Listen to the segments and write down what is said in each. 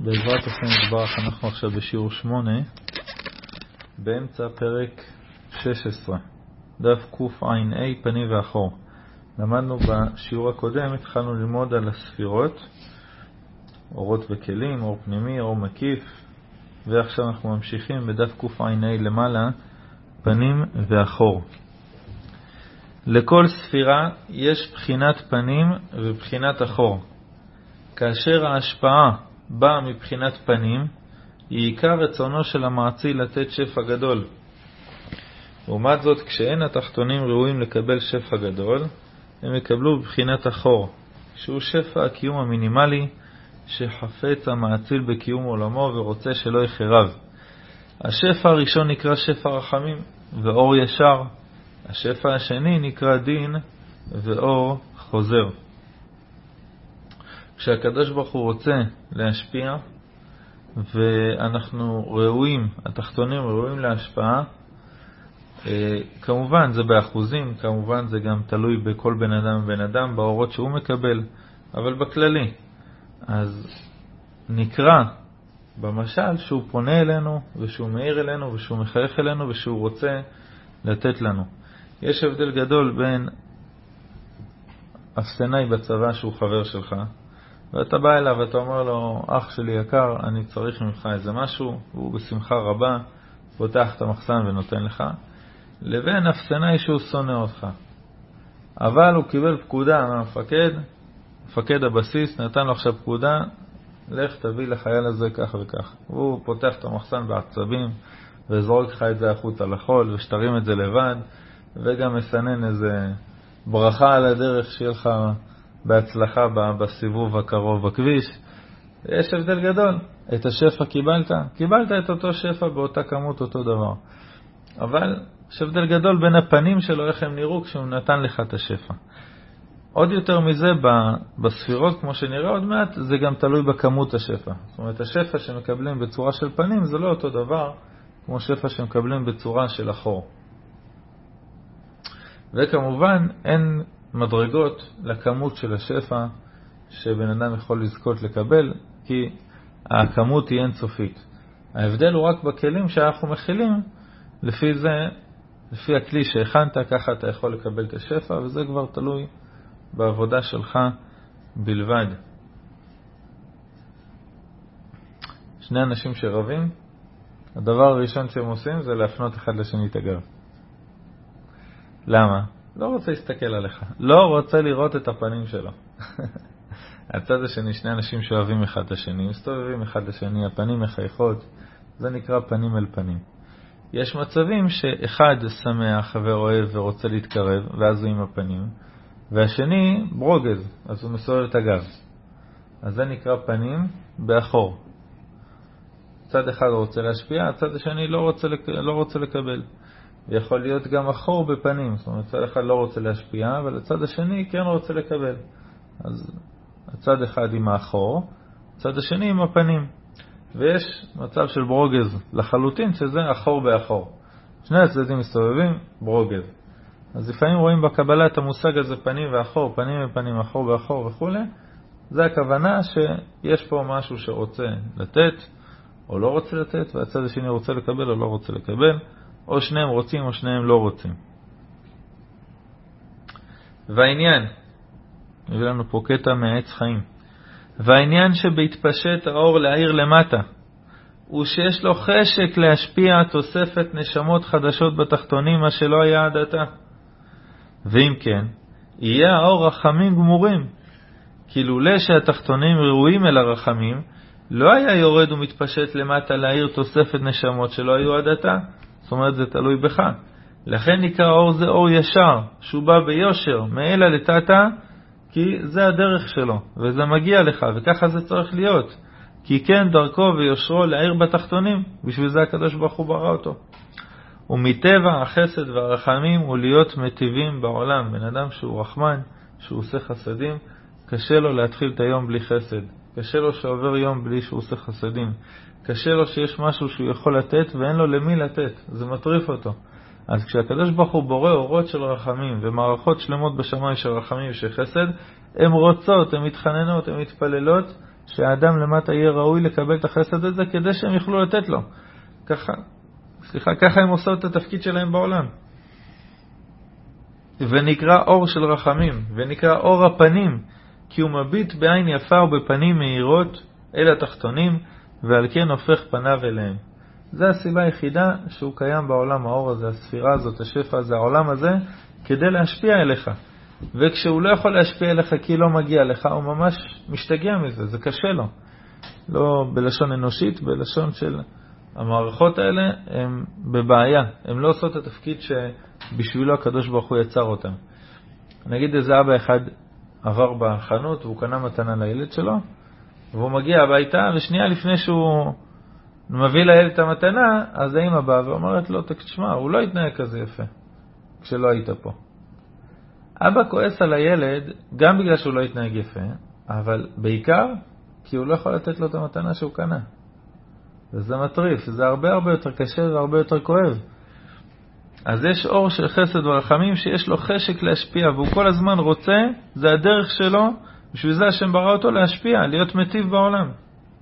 בעזרת השם יתברך, אנחנו עכשיו בשיעור 8 באמצע פרק 16 דף קע"א פנים ואחור. למדנו בשיעור הקודם, התחלנו ללמוד על הספירות, אורות וכלים, אור פנימי, אור מקיף, ועכשיו אנחנו ממשיכים בדף קע"א למעלה, פנים ואחור. לכל ספירה יש בחינת פנים ובחינת אחור. כאשר ההשפעה באה מבחינת פנים, היא עיקר רצונו של המעציל לתת שפע גדול. לעומת זאת, כשאין התחתונים ראויים לקבל שפע גדול, הם יקבלו בבחינת אחור, שהוא שפע הקיום המינימלי שחפץ המעציל בקיום עולמו ורוצה שלא יחרב. השפע הראשון נקרא שפע רחמים ואור ישר. השפע השני נקרא דין ואור חוזר. כשהקדוש ברוך הוא רוצה להשפיע ואנחנו ראויים, התחתונים ראויים להשפעה, כמובן זה באחוזים, כמובן זה גם תלוי בכל בן אדם ובן אדם, באורות שהוא מקבל, אבל בכללי. אז נקרא במשל שהוא פונה אלינו ושהוא מאיר אלינו ושהוא מחייך אלינו ושהוא רוצה לתת לנו. יש הבדל גדול בין אפסנאי בצבא שהוא חבר שלך, ואתה בא אליו ואתה אומר לו, אח שלי יקר, אני צריך ממך איזה משהו, והוא בשמחה רבה פותח את המחסן ונותן לך, לבין אפסנאי שהוא שונא אותך. אבל הוא קיבל פקודה מהמפקד, מפקד הבסיס נתן לו עכשיו פקודה, לך תביא לחייל הזה כך וכך. הוא פותח את המחסן בעצבים וזורק לך את זה החוצה לחול ושתרים את זה לבד, וגם מסנן איזה ברכה על הדרך שיהיה לך בהצלחה בסיבוב הקרוב בכביש. יש הבדל גדול. את השפע קיבלת את אותו שפע באותה כמות, אותו דבר. אבל יש הבדל גדול בין הפנים שלו, איך הם נראו כשהוא נתן לך את השפע. עוד יותר מזה, בספירות, כמו שנראה עוד מעט, זה גם תלוי בכמות השפע. זאת אומרת, השפע שמקבלים בצורה של פנים זה לא אותו דבר כמו שפע שמקבלים בצורה של אחור. וכמובן, אין מדרגות לכמות של השפע שבן אדם יכול לזכות לקבל, כי הכמות היא אינסופית. ההבדל הוא רק בכלים שאנחנו מכילים, לפי זה, לפי הכלי שהכנת, ככה אתה יכול לקבל את השפע, וזה כבר תלוי בעבודה שלך בלבד. שני אנשים שרבים, הדבר הראשון שהם עושים זה להפנות אחד לשני את הגב. למה? לא רוצה להסתכל עליך, לא רוצה לראות את הפנים שלו. הצד השני, שני אנשים שאוהבים אחד את השני, מסתובבים אחד לשני, הפנים מחייכות, זה נקרא פנים אל פנים. יש מצבים שאחד שמח ואוהב ורוצה להתקרב, ואז הוא עם הפנים, והשני ברוגז, אז הוא מסובב את הגב. אז זה נקרא פנים באחור. צד אחד רוצה להשפיע, הצד השני לא רוצה לקבל. ויכול להיות גם אחור בפנים, זאת אומרת, צד אחד לא רוצה להשפיע, אבל הצד השני כן רוצה לקבל. אז הצד אחד עם האחור, הצד השני עם הפנים. ויש מצב של ברוגז לחלוטין, שזה אחור באחור. שני הצדדים מסתובבים, ברוגז. אז לפעמים רואים בקבלה את המושג הזה פנים ואחור, פנים ופנים, אחור ואחור וכו'. זה הכוונה שיש פה משהו שרוצה לתת או לא רוצה לתת, והצד השני רוצה לקבל או לא רוצה לקבל, או שניהם רוצים או שניהם לא רוצים. והעניין, מביא לנו פה קטע מעץ חיים, והעניין שבהתפשט האור להעיר למטה, הוא שיש לו חשק להשפיע תוספת נשמות חדשות בתחתונים, מה שלא היה עד עתה. ואם כן, יהיה האור רחמים גמורים, כי לולא שהתחתונים ראויים אל הרחמים, לא היה יורד ומתפשט למטה להעיר תוספת נשמות שלא היו עד עתה. זאת אומרת, זה תלוי בך. לכן נקרא אור זה אור ישר, שהוא בא ביושר, מעלה לטאטה, כי זה הדרך שלו, וזה מגיע לך, וככה זה צריך להיות. כי כן דרכו ויושרו להעיר בתחתונים, בשביל זה הקדוש ברוך הוא ברא אותו. ומטבע החסד והרחמים הוא להיות מטיבים בעולם. בן אדם שהוא רחמן, שהוא עושה חסדים, קשה לו להתחיל את היום בלי חסד. קשה לו שעובר יום בלי שהוא עושה חסדים. קשה לו שיש משהו שהוא יכול לתת ואין לו למי לתת. זה מטריף אותו. אז כשהקדוש ברוך הוא בורא אורות של רחמים ומערכות שלמות בשמיים של רחמים ושל חסד, הן רוצות, הן מתחננות, הן מתפללות שהאדם למטה יהיה ראוי לקבל את החסד הזה כדי שהם יוכלו לתת לו. ככה הם עושים את התפקיד שלהם בעולם. ונקרא אור של רחמים, ונקרא אור הפנים, כי הוא מביט בעין יפה ובפנים מהירות אל התחתונים, ועל כן הופך פניו אליהם. זה הסיבה היחידה שהוא קיים בעולם, האור הזה, הספירה הזאת, השפע הזה, העולם הזה, כדי להשפיע אליך. וכשהוא לא יכול להשפיע אליך כי לא מגיע לך, הוא ממש משתגע מזה, זה קשה לו. לא בלשון אנושית, בלשון של המערכות האלה, הם בבעיה. הם לא עושות את התפקיד שבשבילו הקדוש ברוך הוא יצר אותם. נגיד איזה אבא אחד עבר בחנות והוא קנה מתנה לילד שלו, והוא מגיע הביתה, ושנייה לפני שהוא מביא לילד את המתנה, אז האמא באה ואומרת לו, תשמע, הוא לא יתנהג כזה יפה כשלא היית פה. אבא כועס על הילד גם בגלל שהוא לא יתנהג יפה, אבל בעיקר כי הוא לא יכול לתת לו את המתנה שהוא קנה. וזה מטריף, זה הרבה הרבה יותר קשה והרבה יותר כואב. אז יש אור של חסד ורחמים שיש לו חשק להשפיע, והוא כל הזמן רוצה, זה הדרך שלו, בשביל זה השם ברא אותו להשפיע, להיות מטיב בעולם.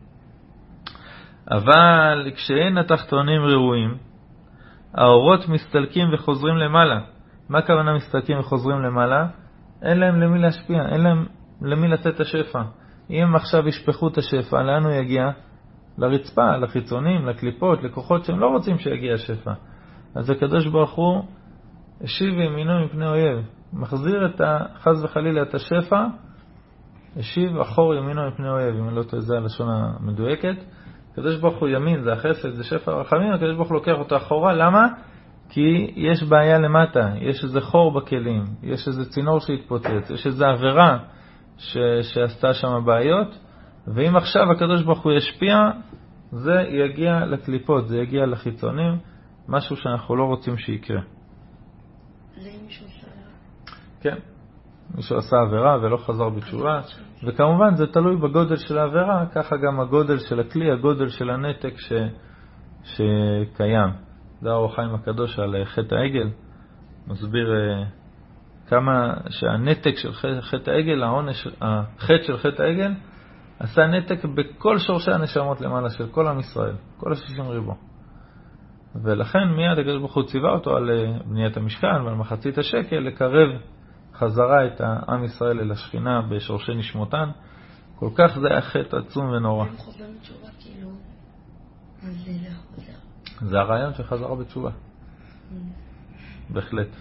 אבל כשאין התחתונים ראויים, האורות מסתלקים וחוזרים למעלה. מה הכוונה מסתלקים וחוזרים למעלה? אין להם למי להשפיע, אין להם למי לתת את השפע. אם עכשיו ישפכו את השפע, לאן הוא יגיע? לרצפה, לחיצונים, לקליפות, לכוחות שהם לא רוצים שיגיע השפע. אז הקדוש ברוך הוא השיב ימינו מפני אויב, מחזיר את חס וחלילה את השפע, השיב אחור ימינו מפני אויב, אם לא תזה הלשון המדויקת. הקדוש ברוך הוא ימין, זה החסד, זה שפע רחמים, הקדוש ברוך הוא לוקח אותו אחורה, למה? כי יש בעיה למטה, יש איזה חור בכלים, יש איזה צינור שהתפוצץ, יש איזה עבירה שעשתה שם בעיות, ואם עכשיו הקדוש ברוך הוא ישפיע, זה יגיע לקליפות, זה יגיע לחיצונים, משהו שאנחנו לא רוצים שיקרה. זה אם מישהו עשה עבירה? כן, מישהו עשה עבירה ולא חזר בתשובה, וכמובן זה תלוי בגודל של העבירה, ככה גם הגודל של הכלי, הגודל של הנתק שקיים. זה האור החיים הקדוש על חטא העגל, מסביר כמה שהנתק של חטא העגל, החטא של חטא העגל, עשה נתק בכל שורשי הנשמות למעלה של כל עם ישראל, כל 60 ריבו. ולכן מיד הקדוש ברוך הוא ציווה אותו על בניית המשכן ועל מחצית השקל לקרב חזרה את העם ישראל אל השכינה בשורשי נשמותן. כל כך זה היה חטא עצום ונורא. הם חוזרים בתשובה כאילו, אז זה חוזר. זה הרעיון של חזרה בתשובה. בהחלט.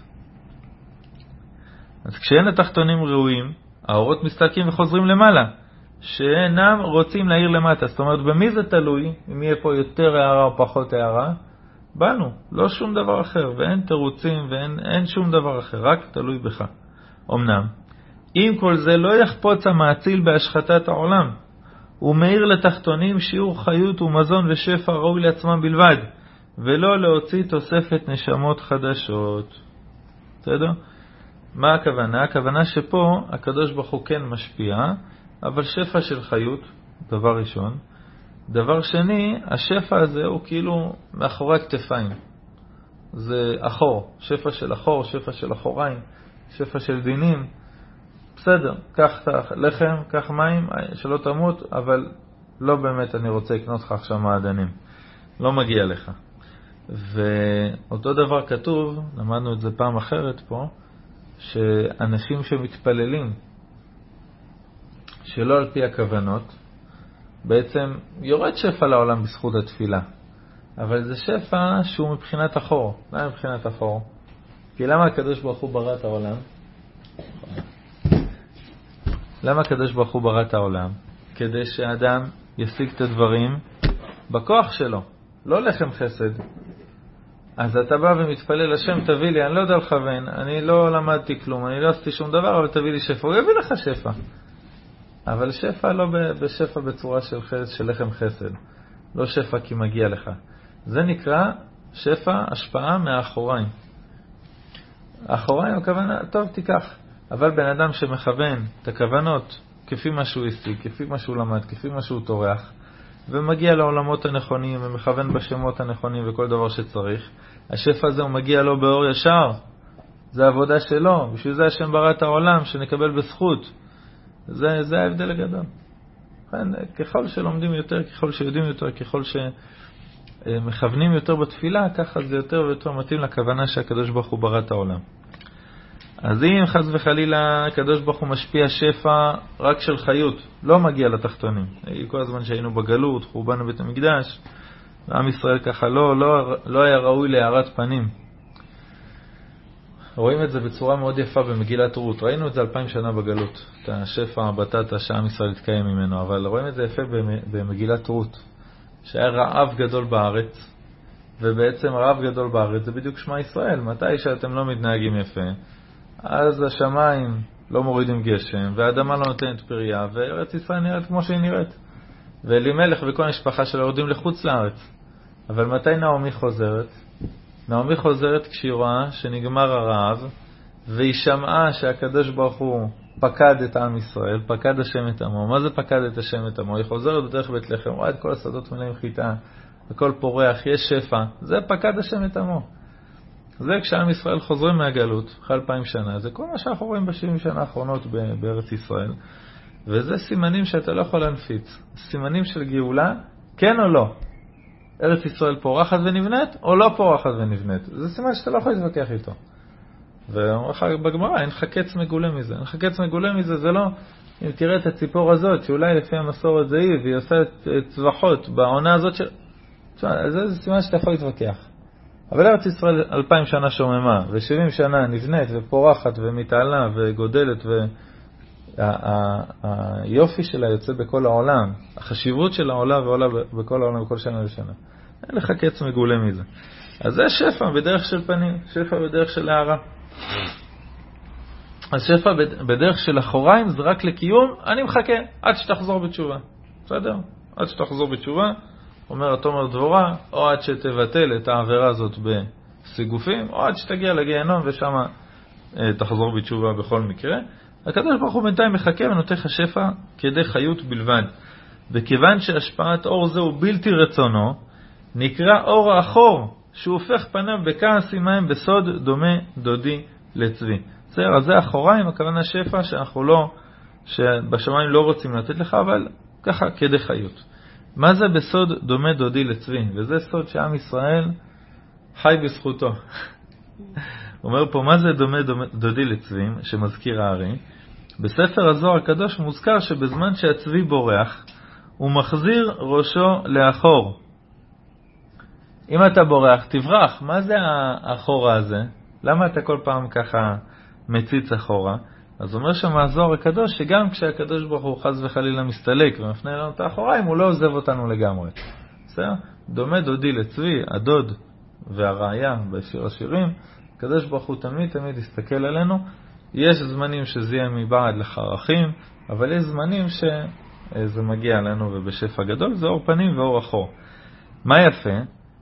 אז כשאין התחתונים ראויים, האורות מסתלקים וחוזרים למעלה, שאינם רוצים להעיר למטה. זאת אומרת, במי זה תלוי? אם יהיה פה יותר הערה או פחות הערה? בנו, לא שום דבר אחר, ואין תירוצים ואין שום דבר אחר, רק תלוי בך. אמנם, אם כל זה לא יחפוץ המעציל בהשחטת העולם, הוא מאיר לתחתונים שיעור חיות ומזון ושפע ראוי לעצמם בלבד, ולא להוציא תוספת נשמות חדשות. בסדר? מה הכוונה? הכוונה שפה הקדוש ברוך הוא כן משפיע, אבל שפע של חיות, דבר ראשון. דבר שני, השפע הזה הוא כאילו מאחורי הכתפיים. זה אחור, שפע של אחור, שפע של אחוריים, שפע של דינים. בסדר, קח לחם, קח מים, שלא תמות, אבל לא באמת אני רוצה לקנות לך עכשיו מעדנים. לא מגיע לך. ואותו דבר כתוב, למדנו את זה פעם אחרת פה, שאנשים שמתפללים שלא על פי הכוונות, בעצם יורד שפע לעולם בזכות התפילה. אבל זה שפע שהוא מבחינת אחור. למה מבחינת אחור? כי למה הקדוש ברוך הוא ברא את העולם? למה הקדוש ברוך הוא ברא את העולם? כדי שהאדם ישיג את הדברים בכוח שלו, לא לחם חסד. אז אתה בא ומתפלל, השם תביא לי, אני לא יודע לכוון, אני לא למדתי כלום, אני לא עשיתי שום דבר, אבל תביא לי שפע. הוא יביא לך שפע. אבל שפע לא בשפע בצורה של לחם חסד. לא שפע כי מגיע לך. זה נקרא שפע השפעה מהאחוריים. האחוריים הכוונה, טוב תיקח. אבל בן אדם שמכוון את הכוונות כפי מה שהוא השיג, כפי מה שהוא למד, כפי מה שהוא תורח, ומגיע לעולמות הנכונים ומכוון בשמות הנכונים וכל דבר שצריך, השפע הזה הוא מגיע לו באור ישר. זה העבודה שלו. בשביל זה השם ברא את העולם, שנקבל בזכות. זה ההבדל הגדול. ככל שלומדים יותר, ככל שיודעים יותר, ככל שמכוונים יותר בתפילה, ככה זה יותר ויותר מתאים לכוונה שהקדוש ברוך הוא ברא את העולם. אז אם חס וחלילה הקדוש ברוך הוא משפיע שפע רק של חיות, לא מגיע לתחתונים. כל הזמן שהיינו בגלות, חורבן בית המקדש, עם ישראל ככה לא היה ראוי להארת פנים. רואים את זה בצורה מאוד יפה במגילת רות. ראינו את זה 2000 שנה בגלות, את השפע הבטטה שעם ישראל התקיים ממנו, אבל רואים את זה יפה במגילת רות, שהיה רעב גדול בארץ, ובעצם רעב גדול בארץ זה בדיוק שמה ישראל. מתי שאתם לא מתנהגים יפה, אז השמיים לא מורידים גשם, והאדמה לא נותנת פריה, וארץ ישראל נראית כמו שהיא נראית. ואלימלך וכל המשפחה שלו יורדים לחוץ לארץ. אבל מתי נעמי חוזרת? נעמי חוזרת כשהיא רואה שנגמר הרעב, והיא שמעה שהקדוש ברוך הוא פקד את עם ישראל, פקד השם את עמו. מה זה פקד את השם את עמו? היא חוזרת בדרך בית לחם, רואה את כל השדות מלאים חיטה, הכל פורח, יש שפע. זה פקד השם את עמו. זה כשעם ישראל חוזרים מהגלות, אחרי 2000 שנה, זה כל מה שאנחנו רואים ב70 שנה האחרונות בארץ ישראל. וזה סימנים שאתה לא יכול להנפיץ. סימנים של גאולה, כן או לא. ארץ ישראל פורחת ונבנית, או לא פורחת ונבנית. זה סימן שאתה לא יכול להתווכח איתו. ואומר לך בגמרא, אין לך קץ מגולה מזה. אין לך קץ מגולה מזה, זה לא, אם תראה את הציפור הזאת, שאולי לפי המסורת זה היא, והיא עושה צווחות בעונה הזאת זה סימן שאתה יכול להתווכח. אבל ארץ ישראל 2000 שנה שוממה, ו70 שנה נבנית ופורחת ומתעלה וגודלת, והיופי שלה יוצא בכל העולם. החשיבות שלה עולה בכל העולם בכל שנה ושנה. אין לך קץ מגולה מזה. אז זה שפע בדרך של פנים, שפע בדרך של הערה. אז שפע בדרך של אחוריים זה רק לקיום, אני מחכה עד שתחזור בתשובה. בסדר? עד שתחזור בתשובה, אומר התומר דבורה, או עד שתבטל את העבירה הזאת בסיגופים, או עד שתגיע לגיהנום ושם תחזור בתשובה בכל מקרה. הקדוש ברוך הוא בינתיים מחכה ונותן לך שפע כדי חיות בלבד. וכיוון שהשפעת אור זהו בלתי רצונו, נקרא אור האחור, שהוא הופך פניו בכעס עמהם בסוד דומה דודי לצבי. בסדר, אז זה אחוריים, הכוונה שפע שאנחנו לא, שבשמיים לא רוצים לתת לך, אבל ככה כדי חיות. מה זה בסוד דומה דודי לצבי? וזה סוד שעם ישראל חי בזכותו. אומר פה, מה זה דומה דודי לצבי, שמזכיר הארי? בספר הזוהר הקדוש מוזכר שבזמן שהצבי בורח, הוא מחזיר ראשו לאחור. אם אתה בורח, תברח. מה זה האחורה הזה? למה אתה כל פעם ככה מציץ אחורה? אז אומר שם הזוהר הקדוש שגם כשהקדוש ברוך הוא חס וחלילה מסתלק ומפנה לנו את האחוריים, הוא לא עוזב אותנו לגמרי. בסדר? דומה דודי לצבי, הדוד והראיה בשיר השירים, הקדוש ברוך הוא תמיד יסתכל עלינו. יש זמנים שזה יהיה מבעד לחרכים, אבל יש זמנים שזה מגיע עלינו ובשפע גדול, זה אור פנים ואור אחור. מה יפה?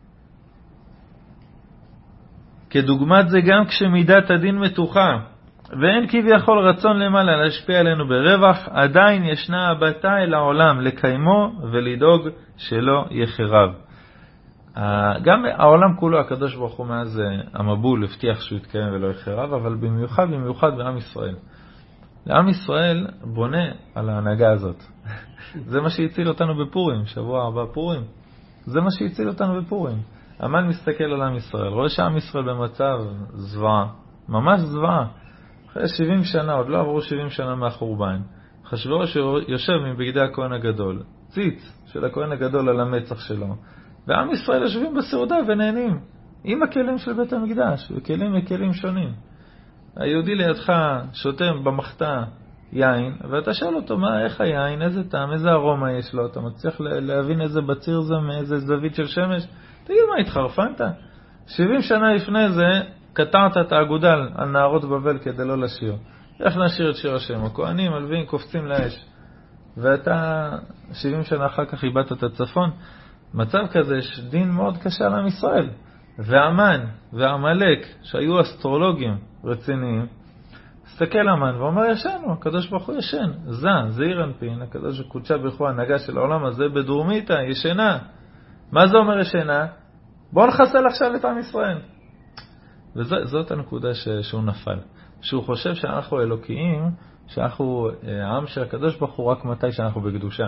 כדוגמת זה גם כשמידת הדין מתוחה, ואין כביכול רצון למעלה להשפיע עלינו ברווח, עדיין ישנה הבטה אל העולם לקיימו ולדאוג שלא יחרב. גם העולם כולו, הקדוש ברוך הוא מאז המבול הבטיח שהוא יתקיים ולא יחרב, אבל במיוחד בעם ישראל. לעם ישראל בונה על ההנהגה הזאת. זה מה שהציל אותנו בפורים, שבוע הבא פורים. זה מה שהציל אותנו בפורים. המן מסתכל על עם ישראל, רואה שעם ישראל במצב זוועה, ממש זוועה. אחרי 70 שנה, עוד לא עברו 70 שנה מהחורבן, אחשוורוש יושב מבגדי הכהן הגדול, ציץ של הכהן הגדול על המצח שלו, ועם ישראל יושבים בסעודה ונהנים, עם הכלים של בית המקדש, וכלים שונים. היהודי לידך שותם במחתה יין, ואתה שואל אותו, איך היין, איזה טעם, איזה ארומה יש לו, אתה מצליח להבין איזה בציר זה, מאיזה זווית של שמש, תגיד מה, התחרפנת? 70 שנה לפני זה, קטעת את האגודל על נערות בבל כדי לא לשיר. איך נשיר את שיר השם? הכהנים, הלווים, קופצים לאש. ואתה 70 שנה אחר כך איבדת את הצפון. מצב כזה יש דין מאוד קשה לעם ישראל. והמן והעמלק, שהיו אסטרולוגים רציניים, הסתכל המן ואומר, ישנו, הקדוש ברוך הוא ישן. זעיר אנפין, הקדוש קודשה ברוך הוא הנהגה של העולם הזה בדרומיתה, ישנה. מה זה אומר ישנה? בואו נחסל עכשיו את עם ישראל. וזאת הנקודה שהוא נפל. שהוא חושב שאנחנו אלוקיים, שאנחנו העם של הקדוש ברוך הוא רק מתי שאנחנו בקדושה.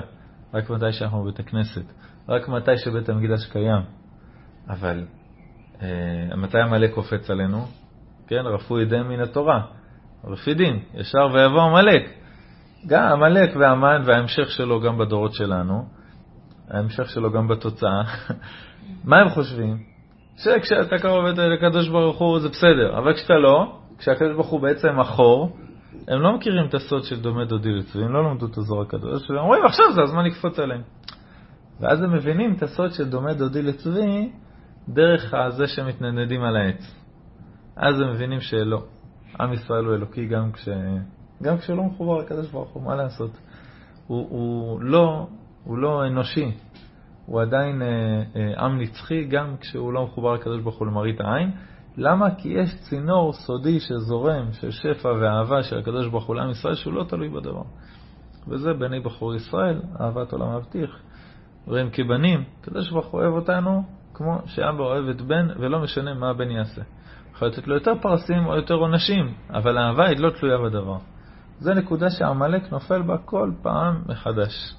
רק מתי שאנחנו בבית הכנסת, רק מתי שבית המקדש קיים. אבל מתי עמלק קופץ עלינו? כן, רפו ידיהם מן התורה, רפידים, ישר ויבוא עמלק. גם עמלק והמן וההמשך שלו גם בדורות שלנו, ההמשך שלו גם בתוצאה. מה הם חושבים? שכשאתה קרוב לקדוש ברוך הוא זה בסדר, אבל כשאתה לא, כשהקדוש ברוך הוא בעצם אחור, הם לא מכירים את הסוד של דומה דודי לצבי, הם לא למדו את הזוהר הקדוש, והם אומרים עכשיו זה הזמן לקפוץ עליהם. ואז הם מבינים את הסוד של דומה דודי לצבי דרך זה שמתנדנדים על העץ. אז הם מבינים שלא, עם ישראל הוא אלוקי גם כשהוא לא מחובר לקדוש ברוך הוא, מה לעשות? הוא לא אנושי, הוא עדיין עם נצחי גם כשהוא לא מחובר לקדוש ברוך הוא למראית העין. למה? כי יש צינור סודי שזורם, של שפע ואהבה של הקדוש ברוך הוא לעם ישראל שהוא לא תלוי בדבר. וזה בני בחור ישראל, אהבת עולם מבטיח. רואים כבנים, הקדוש ברוך הוא אוהב אותנו כמו שאבא אוהב את בן, ולא משנה מה הבן יעשה. יכול לתת לו יותר פרסים או יותר עונשים, אבל האהבה היא לא תלויה בדבר. זו נקודה שהעמלק נופל בה כל פעם מחדש.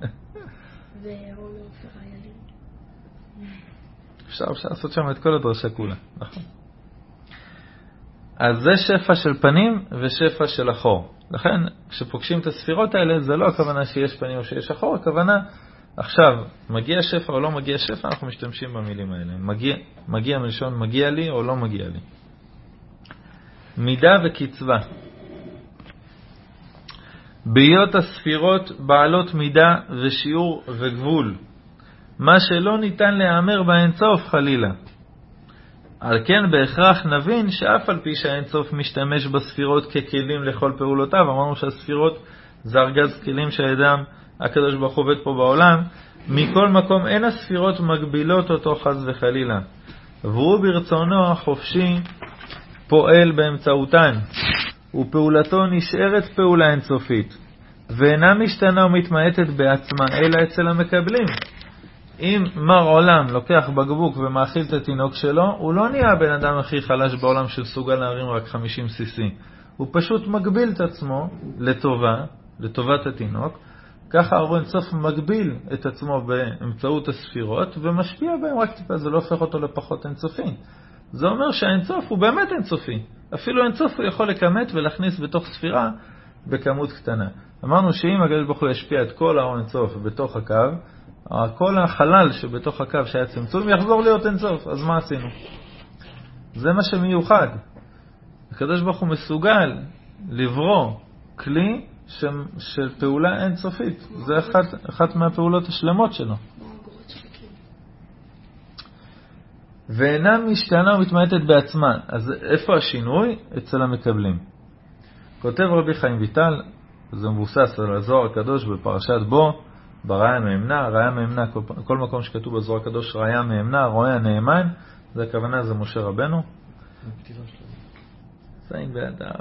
אפשר לעשות שם את כל הדרשה כולה, נכון? אז זה שפע של פנים ושפע של אחור. לכן, כשפוגשים את הספירות האלה, זה לא הכוונה שיש פנים או שיש אחור, הכוונה, עכשיו, מגיע שפע או לא מגיע שפע, אנחנו משתמשים במילים האלה. מגיע מלשון מגיע לי או לא מגיע לי. מידה וקצבה. בהיות הספירות בעלות מידה ושיעור וגבול, מה שלא ניתן להיאמר באינסוף חלילה. על כן בהכרח נבין שאף על פי שהאינסוף משתמש בספירות ככלים לכל פעולותיו, אמרנו שהספירות זה ארגז כלים שהידם הקדוש ברוך הוא עובד פה בעולם, מכל מקום אין הספירות מגבילות אותו חס וחלילה, והוא ברצונו החופשי פועל באמצעותן, ופעולתו נשארת פעולה אינסופית, ואינה משתנה ומתמעטת בעצמה אלא אצל המקבלים. אם מר עולם לוקח בקבוק ומאכיל את התינוק שלו, הוא לא נהיה הבן אדם הכי חלש בעולם שמסוגל להרים רק 50 cc. הוא פשוט מגביל את עצמו לטובת התינוק. ככה אור אינסוף מגביל את עצמו באמצעות הספירות ומשפיע בהם רק טיפה, זה לא הופך אותו לפחות אינסופי. זה אומר שהאינסוף הוא באמת אינסופי. אפילו אינסוף הוא יכול לקמת ולהכניס בתוך ספירה בכמות קטנה. אמרנו שאם הקדוש ברוך הוא ישפיע את כל האור אינסוף בתוך הקו, כל החלל שבתוך הקו שהיה צמצום יחזור להיות אינסוף. אז מה עשינו? זה מה שמיוחד. הקדוש ברוך הוא מסוגל לברוא כלי של פעולה אינסופית. זה אחת מהפעולות השלמות שלו. ואינה משתנה ומתמעטת בעצמה. אז איפה השינוי? אצל המקבלים. כותב רבי חיים ויטל, זה מבוסס על הזוהר הקדוש בפרשת בו, בראיה מאמנה. ראיה מאמנה, כל מקום שכתוב בזוהר הקדוש ראיה מאמנה, רואה הנאמן, זה הכוונה, זה משה רבנו. זין בידם,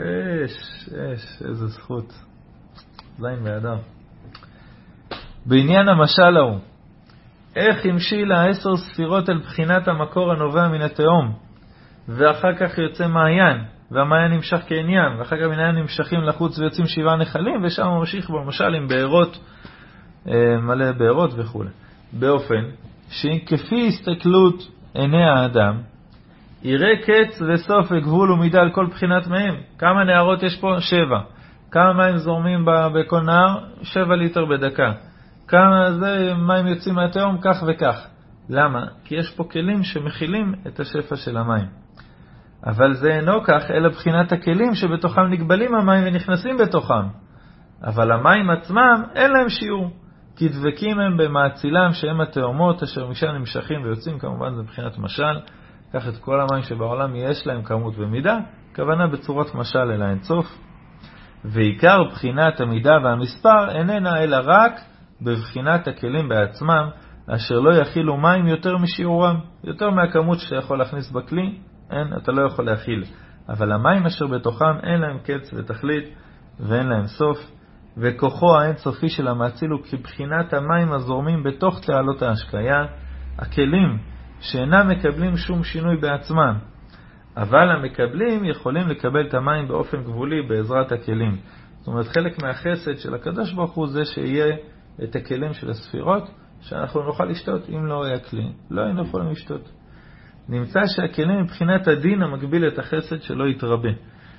איזה זכות, זין בידם. בעניין המשל ההוא, איך המשילה 10 ספירות על בחינת המקור הנובע מן התהום, ואחר כך יוצא מעיין, והמעיין נמשך כעניין, ואחר כך מן העין נמשכים לחוץ ויוצאים 7 נחלים, ושם הוא ממשיך במשל עם בארות, מלא בארות וכו'. באופן שכפי הסתכלות עיני האדם, יראה קץ וסוף וגבול ומידה על כל בחינת מהם. כמה נהרות יש פה? 7. כמה מים זורמים בכל נהר? 7 ליטר בדקה. כמה מים יוצאים מהתהום? כך וכך. למה? כי יש פה כלים שמכילים את השפע של המים. אבל זה אינו כך, אלא בחינת הכלים שבתוכם נגבלים המים ונכנסים בתוכם. אבל המים עצמם אין להם שיעור, כי דבקים הם במעצילם שהם התהומות אשר משם נמשכים ויוצאים. כמובן זה בחינת משל. כך את כל המים שבעולם יש להם כמות ומידה, כוונה בצורת משל אל האינסוף. ועיקר בחינת המידה והמספר איננה אלא רק בבחינת הכלים בעצמם, אשר לא יכילו מים יותר משיעורם, יותר מהכמות שיכול להכניס בכלי, אתה לא יכול להכיל. אבל המים אשר בתוכם אין להם קץ ותכלית ואין להם סוף, וכוחו האינסופי של המאציל הוא כבחינת המים הזורמים בתוך תעלות ההשקיה, הכלים שאינם מקבלים שום שינוי בעצמם, אבל המקבלים יכולים לקבל את המים באופן גבולי בעזרת הכלים. זאת אומרת, חלק מהחסד של הקדוש ברוך הוא זה שיהיה את הכלים של הספירות, שאנחנו נוכל לשתות. אם לא היה כלי, לא היינו יכולים לשתות. נמצא שהכלים מבחינת הדין המקביל את החסד שלא יתרבה.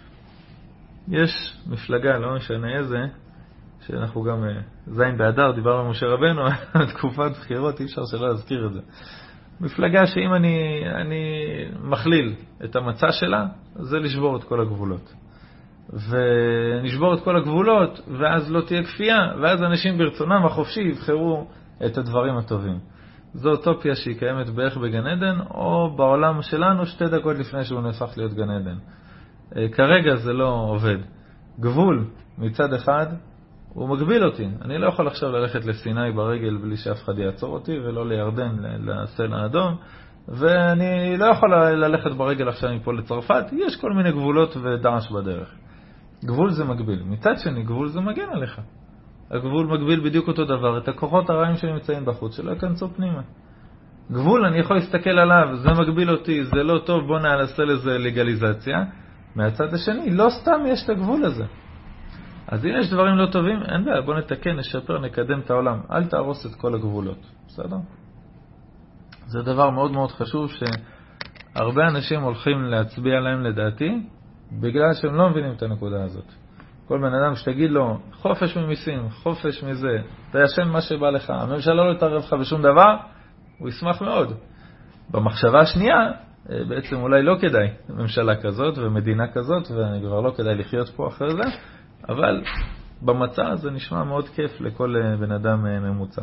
יש מפלגה, לא משנה איזה, שאנחנו גם זין באדר, דיברנו על משה רבנו, תקופת בחירות, אי אפשר שלא להזכיר את זה. מפלגה שאם אני מכליל את המצע שלה, זה לשבור את כל הגבולות. ונשבור את כל הגבולות, ואז לא תהיה כפייה, ואז אנשים ברצונם החופשי יבחרו את הדברים הטובים. זו אוטופיה שהיא קיימת בערך בגן עדן, או בעולם שלנו 2 דקות לפני שהוא נהפך להיות גן עדן. כרגע זה לא עובד. גבול מצד אחד, הוא מגביל אותי. אני לא יכול עכשיו ללכת לסיני ברגל בלי שאף אחד יעצור אותי, ולא לירדן, לסלע האדום, ואני לא יכול ללכת ברגל עכשיו מפה לצרפת. יש כל מיני גבולות ודעש בדרך. גבול זה מגביל. מצד שני, גבול זה מגן עליך. הגבול מגביל בדיוק אותו דבר, את הכוחות הרעים שנמצאים בחוץ, שלא יכנסו פנימה. גבול, אני יכול להסתכל עליו, זה מגביל אותי, זה לא טוב, בוא נעשה לזה לגליזציה. מהצד השני, לא סתם יש את הגבול הזה. אז אם יש דברים לא טובים, אין בעיה, בוא נתקן, נשפר, נקדם את העולם. אל תהרוס את כל הגבולות. בסדר? זה דבר מאוד מאוד חשוב שהרבה אנשים הולכים להצביע להם לדעתי, בגלל שהם לא מבינים את הנקודה הזאת. כל בן אדם שתגיד לו, חופש ממיסים, חופש מזה, תיישן מה שבא לך, הממשלה לא תערב לך בשום דבר, הוא ישמח מאוד. במחשבה השנייה, בעצם אולי לא כדאי ממשלה כזאת ומדינה כזאת, ואני כבר לא כדאי לחיות פה אחרי זה, אבל במצע זה נשמע מאוד כיף לכל בן אדם ממוצע.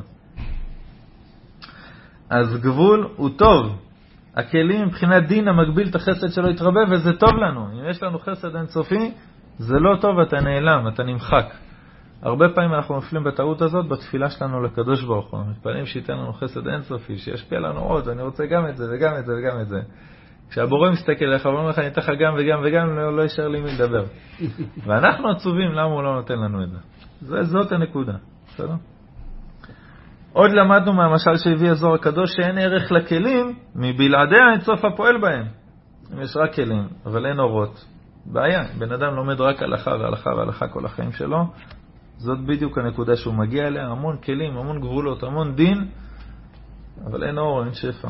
אז גבול הוא טוב. הכלים מבחינת דין המגביל את החסד שלו יתרבה, וזה טוב לנו. אם יש לנו חסד אינסופי, זה לא טוב, אתה נעלם, אתה נמחק. הרבה פעמים אנחנו נופלים בטעות הזאת בתפילה שלנו לקדוש ברוך הוא. מתפללים שייתן לנו חסד אינסופי, שישפיע לנו עוד, אני רוצה גם את זה וגם את זה וגם את זה. כשהבורא מסתכל עליך, ואומר לך, אני אתן לך גם וגם וגם, לא יישאר לי מי לדבר. ואנחנו עצובים, למה הוא לא נותן לנו את זה? זאת הנקודה. בסדר? עוד למדנו מהמשל שהביא הזוהר הקדוש, שאין ערך לכלים, מבלעדיה אין סוף הפועל בהם. אם יש רק כלים, אבל אין אורות. בעיה, בן אדם לומד רק הלכה והלכה והלכה כל החיים שלו, זאת בדיוק הנקודה שהוא מגיע אליה, המון כלים, המון גבולות, המון דין, אבל אין אור, אין שפע.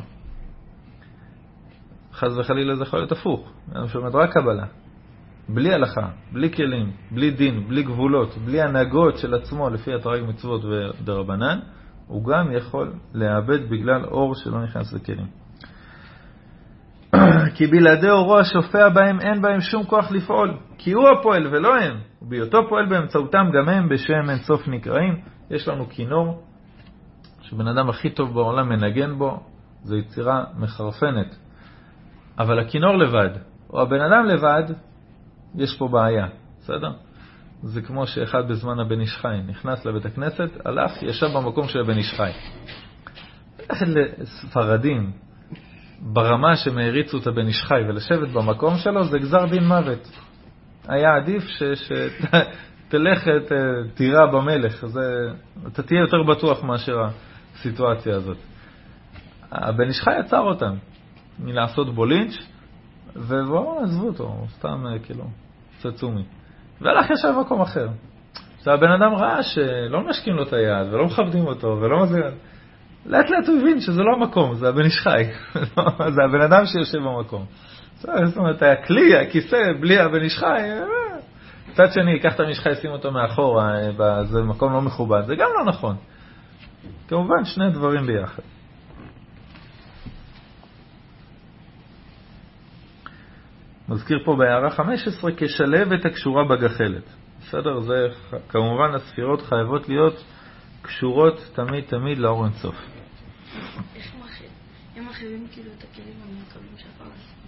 חס וחלילה זה יכול להיות הפוך, אדם שלומד רק קבלה, בלי הלכה, בלי כלים, בלי דין, בלי גבולות, בלי הנהגות של עצמו לפי התרי"ג מצוות ודרבנן, הוא גם יכול לאבד בגלל אור שלא נכנס לכלים. כי בלעדי אורו השופע בהם אין בהם שום כוח לפעול, כי הוא הפועל ולא הם, ובהיותו פועל באמצעותם גם הם בשם אין סוף נקראים. יש לנו כינור שבן אדם הכי טוב בעולם מנגן בו, זו יצירה מחרפנת, אבל הכינור לבד או הבן אדם לבד, יש פה בעיה. בסדר? זה כמו שאחד בזמן הבן איש חי נכנס לבית הכנסת, הלך, ישב במקום של הבן איש חי. אחד לספרדים ברמה שמעריצו את הבן איש חי ולשבת במקום שלו, זה גזר דין מוות. היה עדיף שתלך תירה במלך, אתה תהיה יותר בטוח מאשר הסיטואציה הזאת. הבן איש חי יצר אותם מלעשות בו לינץ', ובואו עזבו אותו, סתם כאילו צצומי, והלך ישב במקום אחר. עכשיו הבן אדם ראה שלא משקים לו את היד ולא מכבדים אותו ולא מזירים. לאט לאט הוא הבין שזה לא המקום, זה הבן איש חי. זה הבן אדם שיושב במקום. זאת אומרת, הכלי, הכיסא, בלי הבן איש חי, קצת שני, ייקח את הבן איש חי, שים אותו מאחורה, זה מקום לא מכובד. זה גם לא נכון. כמובן, שני דברים ביחד. מזכיר פה בהערה 15, כשלבת הקשורה בגחלת. בסדר? זה כמובן הספירות חייבות להיות קשורות תמיד תמיד לאור אינסוף. הם מרחיבים כאילו את הכלים המקבלים שפע.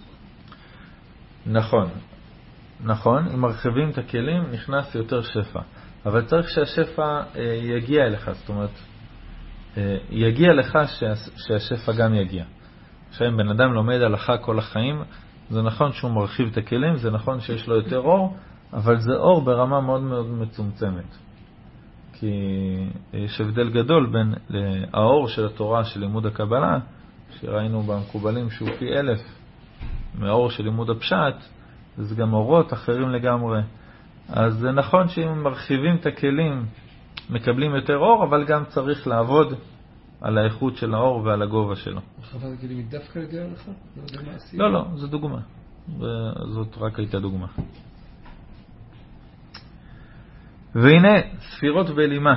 נכון. נכון, אם מרחיבים את הכלים נכנס יותר שפע. אבל צריך שהשפע יגיע אליך. זאת אומרת, יגיע לך שהשפע גם יגיע. כשאם בן אדם לומד הלכה כל החיים, זה נכון שהוא מרחיב את הכלים, זה נכון שיש לו יותר אור, אבל זה אור ברמה מאוד מאוד מצומצמת. כי יש הבדל גדול בין האור של התורה של לימוד הקבלה, שראינו במקובלים שהוא פי 1000 מהאור של לימוד הפשט, זה גם אורות אחרים לגמרי. אז זה נכון שאם מרחיבים את הכלים מקבלים יותר אור, אבל גם צריך לעבוד על האיכות של האור ועל הגובה שלו. הרחבת הגילוי דווקא יגיע לך? לא יודע מה עשית? לא, זו דוגמה. זאת רק הייתה דוגמה. והנה ספירות בלימה.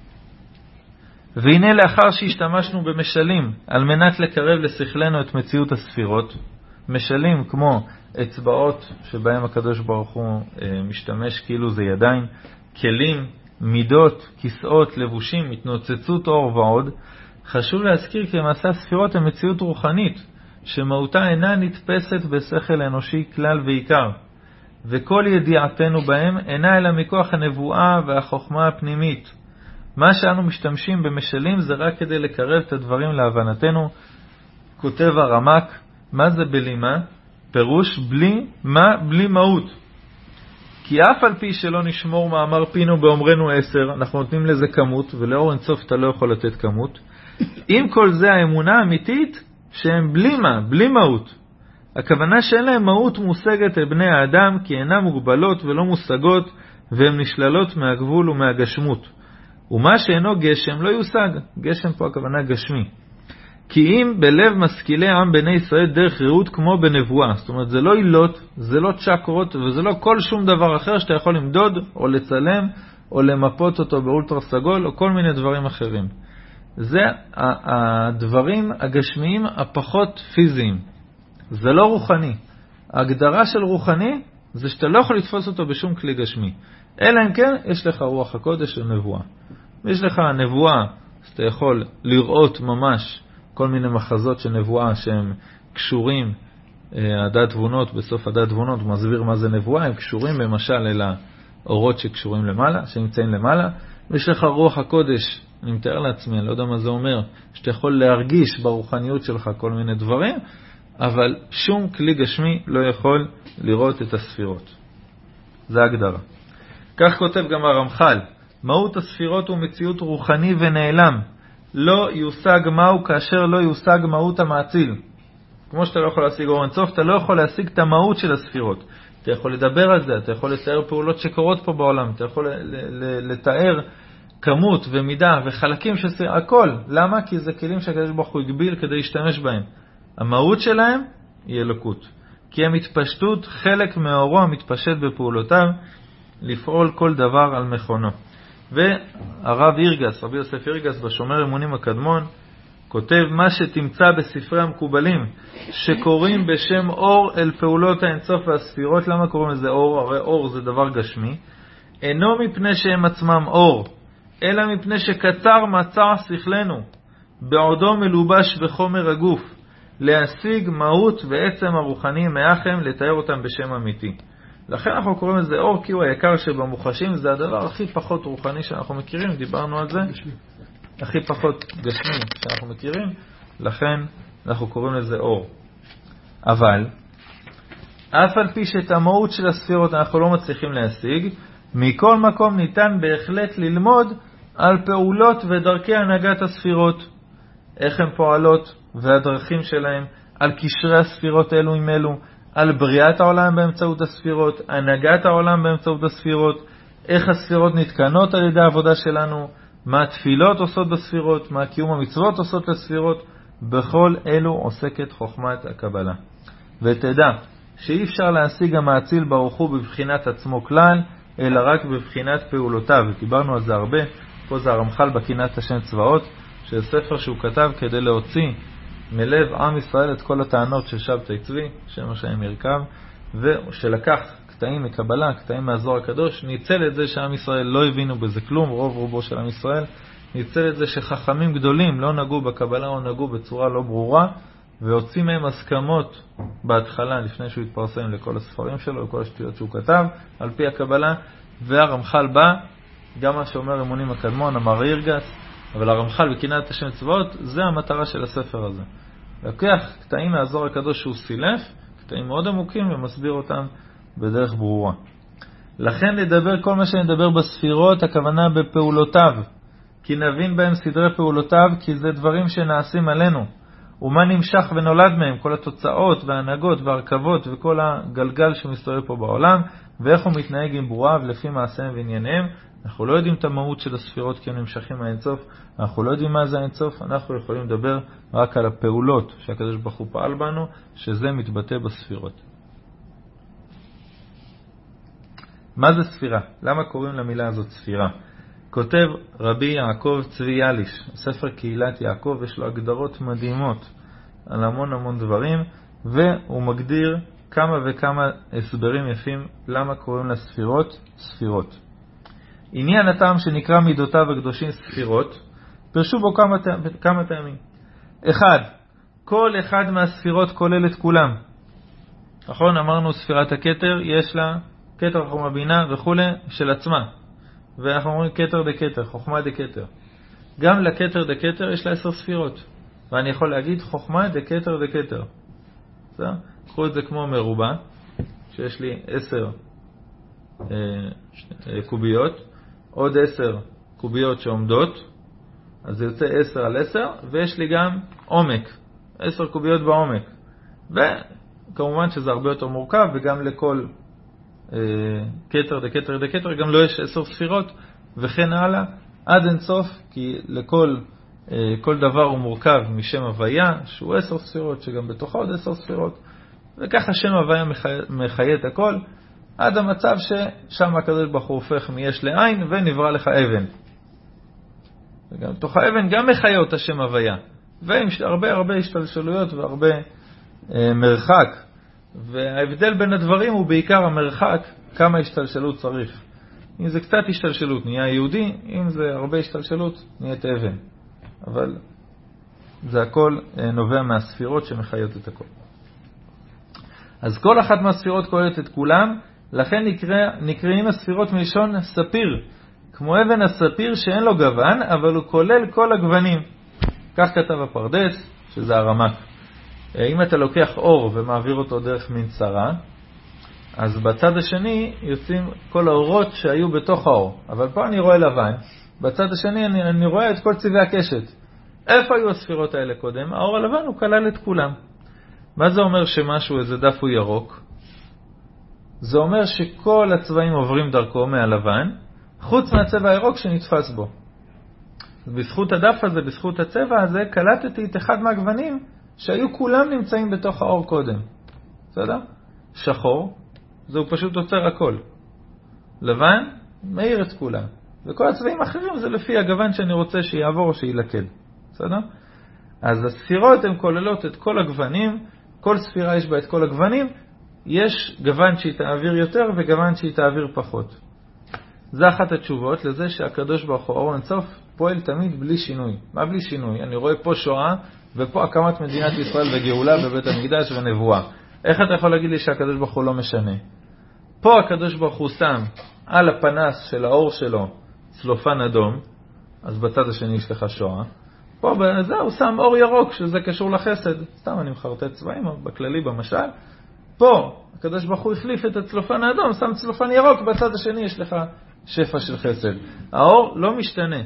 והנה לאחר שהשתמשנו במשלים על מנת לקרב לשכלנו את מציאות הספירות, משלים כמו אצבעות שבהם הקדוש ברוך הוא משתמש כאילו זה ידיים, כלים, מידות, כיסאות, לבושים, התנוצצות אור ועוד, חשוב להזכיר כי למעשה הספירות הן מציאות רוחנית שמהותה אינה נתפסת בשכל אנושי כלל ועיקר, וכל ידיעתנו בהם אינה אלא מכוח הנבואה והחוכמה הפנימית. מה שאנו משתמשים במשלים זה רק כדי לקרב את הדברים להבנתנו. כותב הרמק, מה זה בלימה? פירוש בלי מהות. כי אף על פי שלא נשמור מאמר פינו באומרנו 10, אנחנו נותנים לזה כמות, ולאור אינסוף אתה לא יכול לתת כמות. עם כל זה האמונה האמיתית שהם בלי מהות. הכוונה שאין להם מהות מושגת אל בני האדם, כי אינם מוגבלות ולא מושגות, והן נשללות מהגבול ומהגשמות. ומה שאינו גשם לא יושג. גשם פה הכוונה גשמי. כי אם בלב משכילי עם בני ישראל דרך ראות כמו בנבואה. זאת אומרת, זה לא עילות, זה לא צ'קרות, וזה לא כל שום דבר אחר שאתה יכול למדוד או לצלם או למפות אותו באולטרה סגול או כל מיני דברים אחרים. זה הדברים הגשמיים הפחות פיזיים. זה לא רוחני. ההגדרה של רוחני זה שאתה לא יכול לתפוס אותו בשום כלי גשמי. אלא אם כן, יש לך רוח הקודש של נבואה. יש לך נבואה, אז אתה יכול לראות ממש כל מיני מחזות של נבואה שהם קשורים, עדת תבונות, בסוף עדת תבונות הוא מסביר מה זה נבואה, הם קשורים למשל אל האורות שקשורים למעלה, שנמצאים למעלה, ויש לך רוח הקודש, אני מתאר לעצמי, אני לא יודע מה זה אומר, שאתה יכול להרגיש ברוחניות שלך כל מיני דברים, אבל שום כלי גשמי לא יכול לראות את הספירות. זה ההגדרה. כך כותב גם הרמח"ל, מהות הספירות הוא מציאות רוחני ונעלם. לא יושג מהו כאשר לא יושג מהות המאציל. כמו שאתה לא יכול להשיג אור אינסוף, אתה לא יכול להשיג את המהות של הספירות. אתה יכול לדבר על זה, אתה יכול לתאר פעולות שקורות פה בעולם, אתה יכול לתאר כמות ומידה וחלקים של ספירות, הכל. למה? כי זה כלים שהקדוש ברוך הוא הגביל כדי להשתמש בהם. המהות שלהם היא אלוקות. כי הם התפשטות חלק מאורו המתפשט בפעולותיו, לפעול כל דבר על מכונו. והרב אירגס, רבי יוסף אירגס בשומר אמונים הקדמון, כותב מה שתמצא בספרי המקובלים שקוראים בשם אור אל פעולות האינסוף והספירות. למה קוראים לזה אור? הרי אור זה דבר גשמי. אינו מפני שהם עצמם אור, אלא מפני שקצר מצע שכלנו בעודו מלובש בחומר הגוף להשיג מהות ועצם הרוחני מאחם, לתאר אותם בשם אמיתי. לכן אנחנו קוראים לזה אור, כי הוא היקר שבמוחשים, זה הדבר הכי פחות רוחני שאנחנו מכירים, דיברנו על זה, הכי פחות גשמי שאנחנו מכירים, לכן אנחנו קוראים לזה אור. אבל אף על פי שאת המהות של הספירות אנחנו לא מצליחים להשיג, מכל מקום ניתן בהחלט ללמוד על פעולות ודרכי הנהגת הספירות, איך הן פועלות והדרכים שלהם, על קשרי הספירות אלו עם אלו, על בריאת העולם באמצעות הספירות, הנהגת העולם באמצעות הספירות, איך הספירות נתקנות על ידי העבודה שלנו, מה התפילות עושות בספירות, מה קיום המצוות עושות לספירות, בכל אלו עוסקת חוכמת הקבלה. ותדע שאי אפשר להשיג המאציל ברוך הוא בבחינת עצמו כלל, אלא רק בבחינת פעולותיו. דיברנו על זה הרבה, פה זה הרמח"ל בקינת השם צבאות, שזה ספר שהוא כתב כדי להוציא מלב עם ישראל את כל הטענות של שבתאי צבי, שם השם ירכב, ושלקח קטעים מקבלה, קטעים מהזוהר הקדוש, ניצל את זה שעם ישראל לא הבינו בזה כלום, רוב רובו של עם ישראל, ניצל את זה שחכמים גדולים לא נגעו בקבלה או נגעו בצורה לא ברורה, והוציא מהם הסכמות בהתחלה, לפני שהוא התפרסם לכל הספרים שלו, לכל השטויות שהוא כתב, על פי הקבלה, והרמח"ל בא, גם מה שאומר אמונים הקדמון, אמר אירגס, אבל הרמח"ל בקינת השם צבאות, זה המטרה של הספר הזה. לוקח קטעים מהזוהר הקדוש שהוא סילף, קטעים מאוד עמוקים, ומסביר אותם בדרך ברורה. לכן לדבר כל מה שנדבר בספירות, הכוונה בפעולותיו, כי נבין בהם סדרי פעולותיו, כי זה דברים שנעשים עלינו. ומה נמשך ונולד מהם, כל התוצאות וההנהגות והרכבות וכל הגלגל שמסתובב פה בעולם, ואיך הוא מתנהג עם ברואיו לפי מעשיהם וענייניהם, אנחנו לא יודעים את המהות של הספירות כי הם נמשכים מהאינסוף, אנחנו לא יודעים מה זה האינסוף, אנחנו יכולים לדבר רק על הפעולות שהקדוש ברוך הוא פעל בנו, שזה מתבטא בספירות. מה זה ספירה? למה קוראים למילה הזאת ספירה? כותב רבי יעקב צבי יאליש, ספר קהילת יעקב, יש לו הגדרות מדהימות על המון דברים, והוא מגדיר כמה וכמה הסברים יפים למה קוראים לספירות ספירות. עניין הטעם שנקרא מידותיו הקדושים ספירות, פרשו בו כמה טעמים. אחד, כל אחד מהספירות כולל את כולם. נכון, אמרנו ספירת הכתר, יש לה כתר, חוכמה, בינה וכו' של עצמה. ואנחנו אומרים כתר דקתר, חוכמה דקתר. גם לכתר דקתר יש לה 10 ספירות. ואני יכול להגיד חוכמה דקתר דקתר. בסדר? קחו את זה כמו מרובע, שיש לי 10 קוביות, עוד 10 קוביות שעומדות, אז זה יוצא 10 על 10, ויש לי גם עומק, 10 קוביות בעומק. וכמובן שזה הרבה יותר מורכב, וגם לכל כתר דקתר דקתר גם לא יש 10 ספירות, וכן הלאה, עד אינסוף, כי כל דבר הוא מורכב משם הוויה, שהוא 10 ספירות, שגם בתוכה עוד 10 ספירות, וככה שם הוויה מחיה את הכל, עד המצב ששם הקדוש ברוך הוא הופך מיש לעין, ונברא לך אבן. וגם בתוך האבן גם מחיה אותה שם הוויה, ועם הרבה השתלשלויות והרבה מרחק, וההבדל בין הדברים הוא בעיקר המרחק, כמה השתלשלות צריך. אם זה קצת השתלשלות נהיה יהודי, אם זה הרבה השתלשלות נהיית אבן. אבל זה הכל נובע מהספירות שמחיות את הכל. אז כל אחת מהספירות כוללת את כולם, לכן נקראים הספירות מלשון ספיר, כמו אבן הספיר שאין לו גוון, אבל הוא כולל כל הגוונים. כך כתב הפרדס, שזה הרמ"ק. אם אתה לוקח אור ומעביר אותו דרך מנצרה, אז בצד השני יוצאים כל האורות שהיו בתוך האור. אבל פה אני רואה לבן, בצד השני אני רואה את כל צבעי הקשת. איפה היו הספירות האלה קודם? האור הלבן הוא כלל את כולם. מה זה אומר שמשהו, איזה דף הוא ירוק? זה אומר שכל הצבעים עוברים דרכו מהלבן, חוץ מהצבע הירוק שנתפס בו. בזכות הדף הזה, בזכות הצבע הזה, קלטתי את אחד מהגוונים שהיו כולם נמצאים בתוך האור קודם. בסדר? שחור, זהו פשוט עוצר הכל. לבן, מאיר את כולם. וכל הצבעים האחרים זה לפי הגוון שאני רוצה שיעבור או שילכד. בסדר? אז הספירות הן כוללות את כל הגוונים, כל ספירה יש בה את כל הגוונים, יש גוון שהיא תעביר יותר וגוון שהיא תעביר פחות. זה אחת התשובות לזה שהקדוש ברוך הוא אור אינסוף פועל תמיד בלי שינוי. מה בלי שינוי? אני רואה פה שואה ופה הקמת מדינת ישראל וגאולה בבית המקדש ונבואה. איך אתה יכול להגיד לי שהקדוש ברוך הוא לא משנה? פה הקדוש ברוך הוא שם על הפנס של האור שלו צלופן אדום, אז בצד השני יש לך שואה. פה בזה הוא שם אור ירוק שזה קשור לחסד. סתם אני מחרטט צבעים בכללי במשל. פה הקדוש ברוך הוא החליף את הצלופן האדום, שם צלופן ירוק, בצד השני יש לך שפע של חסד. האור לא משתנה.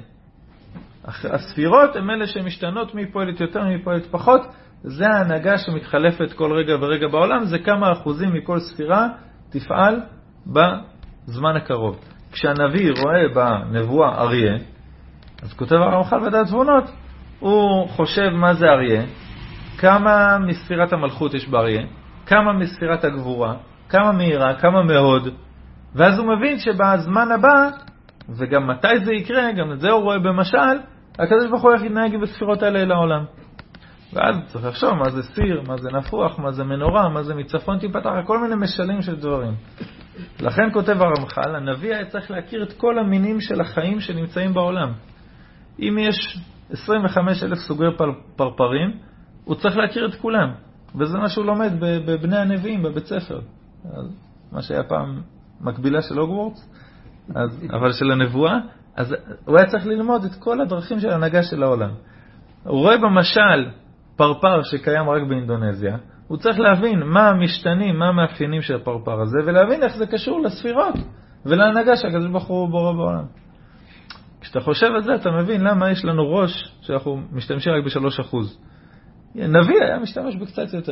הספירות הן אלה שמשתנות, מי פועלת יותר, מי פועלת פחות. זה ההנהגה שמתחלפת כל רגע ורגע בעולם, זה כמה אחוזים מכל ספירה תפעל בזמן הקרוב. כשהנביא רואה בנבואה אריה, אז כותב הרמח"ל בדעת תבונות, הוא חושב מה זה אריה, כמה מספירת המלכות יש באריה, כמה מספירת הגבורה, כמה מהירה, כמה מאוד, ואז הוא מבין שבזמן הבא, וגם מתי זה יקרה, גם את זה הוא רואה במשל, הקדוש ברוך הוא יתנהג בספירות האלה אל העולם. ואז צריך לחשוב מה זה סיר, מה זה נפוח, מה זה מנורה, מה זה מצפון תיפתח, כל מיני משלים של דברים. לכן כותב הרמח"ל, הנביא היה צריך להכיר את כל המינים של החיים שנמצאים בעולם. אם יש 25,000 סוגי פרפרים, הוא צריך להכיר את כולם. וזה מה שהוא לומד בבני הנביאים, בבית ספר. מה שהיה פעם מקבילה של הוגוורטס, אבל של הנבואה, אז הוא היה צריך ללמוד את כל הדרכים של הנהגה של העולם. הוא רואה במשל פרפר שקיים רק באינדונזיה, הוא צריך להבין מה המשתנים, מה המאפיינים של הפרפר הזה, ולהבין איך זה קשור לספירות ולהנהגה שהקדוש ברוך הוא בורא בעולם. כשאתה חושב על זה, אתה מבין למה יש לנו ראש שאנחנו משתמשים רק ב3%. נביא היה משתמש בקצת יותר.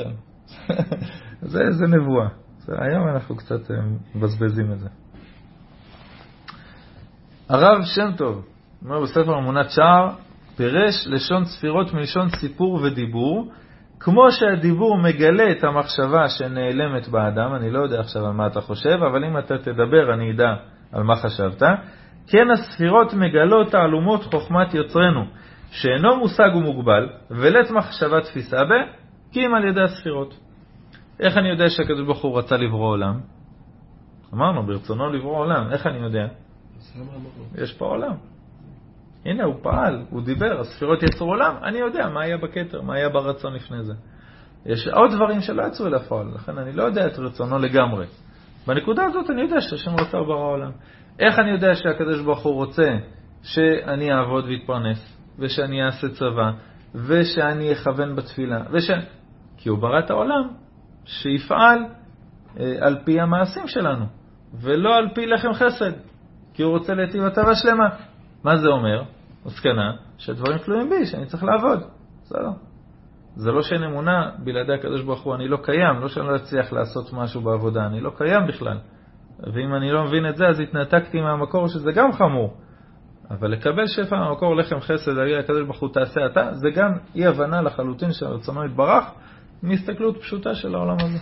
זה נבואה. היום אנחנו קצת מבזבזים את זה. הרב שם טוב, אומר בספר אמונת שער, פירש לשון ספירות מלשון סיפור ודיבור, כמו שהדיבור מגלה את המחשבה שנעלמת באדם, אני לא יודע עכשיו על מה אתה חושב, אבל אם אתה תדבר אני אדע על מה חשבת, כן הספירות מגלות תעלומות חוכמת יוצרנו, שאינו מושג ומוגבל, ולית מחשבה תפיסה כי אם על ידי הספירות. איך אני יודע שהקדוש ברוך הוא רצה לברוא עולם? אמרנו, ברצונו לברוא עולם. איך אני יודע? יש פה עולם. הנה, הוא פעל, הוא דיבר, הספירות יצרו עולם, אני יודע מה היה בכתר, מה היה ברצון לפני זה. יש עוד דברים שלא יצרו לפועל, לכן אני לא יודע את רצונו לגמרי. בנקודה הזאת אני יודע שהשם רוצה לברוא עולם. איך אני יודע שהקדוש ברוך הוא רוצה שאני אעבוד ויתפרנס, ושאני אעשה צבא, ושאני אכוון בתפילה, כי הוא ברא את העולם שיפעל על פי המעשים שלנו, ולא על פי לחם חסד, כי הוא רוצה להיטיב הטבה שלמה. מה זה אומר? מסקנה שהדברים תלויים בי, שאני צריך לעבוד. זה לא שאין אמונה בלעדי הקדוש ברוך הוא, אני לא קיים, לא שאני לא אצליח לעשות משהו בעבודה, אני לא קיים בכלל. ואם אני לא מבין את זה, אז התנתקתי מהמקור, שזה גם חמור. אבל לקבל שפע מהמקור לחם חסד, להגיד הקדוש ברוך הוא תעשה אתה, זה גם אי הבנה לחלוטין של רצונו יתברך, מהסתכלות פשוטה של העולם הזה.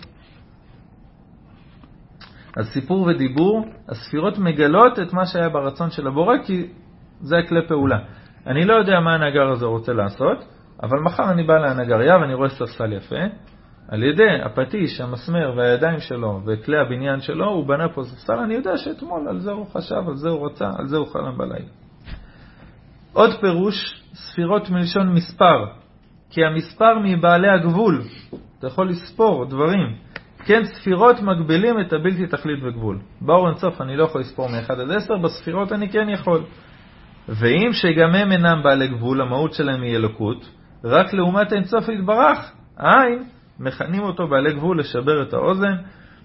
אז סיפור ודיבור, הספירות מגלות את מה שהיה ברצון של הבורא, כי זה הכלי פעולה. אני לא יודע מה הנגר הזה רוצה לעשות, אבל מחר אני בא להנגריה ואני רואה ספסל יפה. על ידי הפטיש, המסמר והידיים שלו וכלי הבניין שלו, הוא בנה פה ספסל, אני יודע שאתמול על זה הוא חשב, על זה הוא רצה, על זה הוא חלם בלילה. עוד פירוש, ספירות מלשון מספר, כי המספר מבעלי הגבול, אתה יכול לספור דברים. כן, ספירות מגבילים את הבלתי תכלית וגבול. באור אינסוף אני לא יכול לספור מ-1 עד 10, בספירות אני כן יכול. ואם שגם הם אינם בעלי גבול, המהות שלהם היא אלוקות, רק לעומת אינסוף יתברך, העין, מכנים אותו בעלי גבול לשבר את האוזן,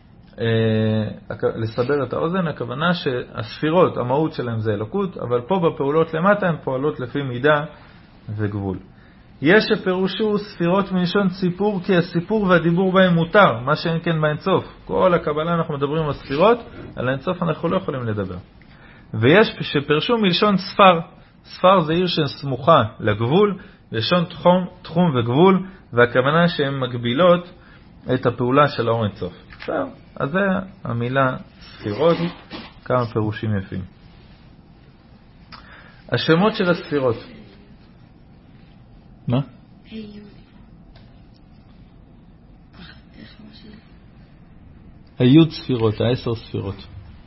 לסבר את האוזן, הכוונה שהספירות, המהות שלהם זה אלוקות, אבל פה בפעולות למטה הן פועלות לפי מידה וגבול. יש שפירושו ספירות מלשון סיפור, כי הסיפור והדיבור בהם מותר, מה שאין כן באינסוף. כל הקבלה אנחנו מדברים על ספירות, על האינסוף אנחנו לא יכולים לדבר. ויש שפירשו מלשון ספר. ספר זה עיר שסמוכה לגבול, לשון תחום וגבול, והכוונה שהן מגבילות את הפעולה של האור אינסוף. אז זה המילה ספירות, כמה פירושים יפים. השמות של הספירות. מה? היוד ספירות, 10 ספירות.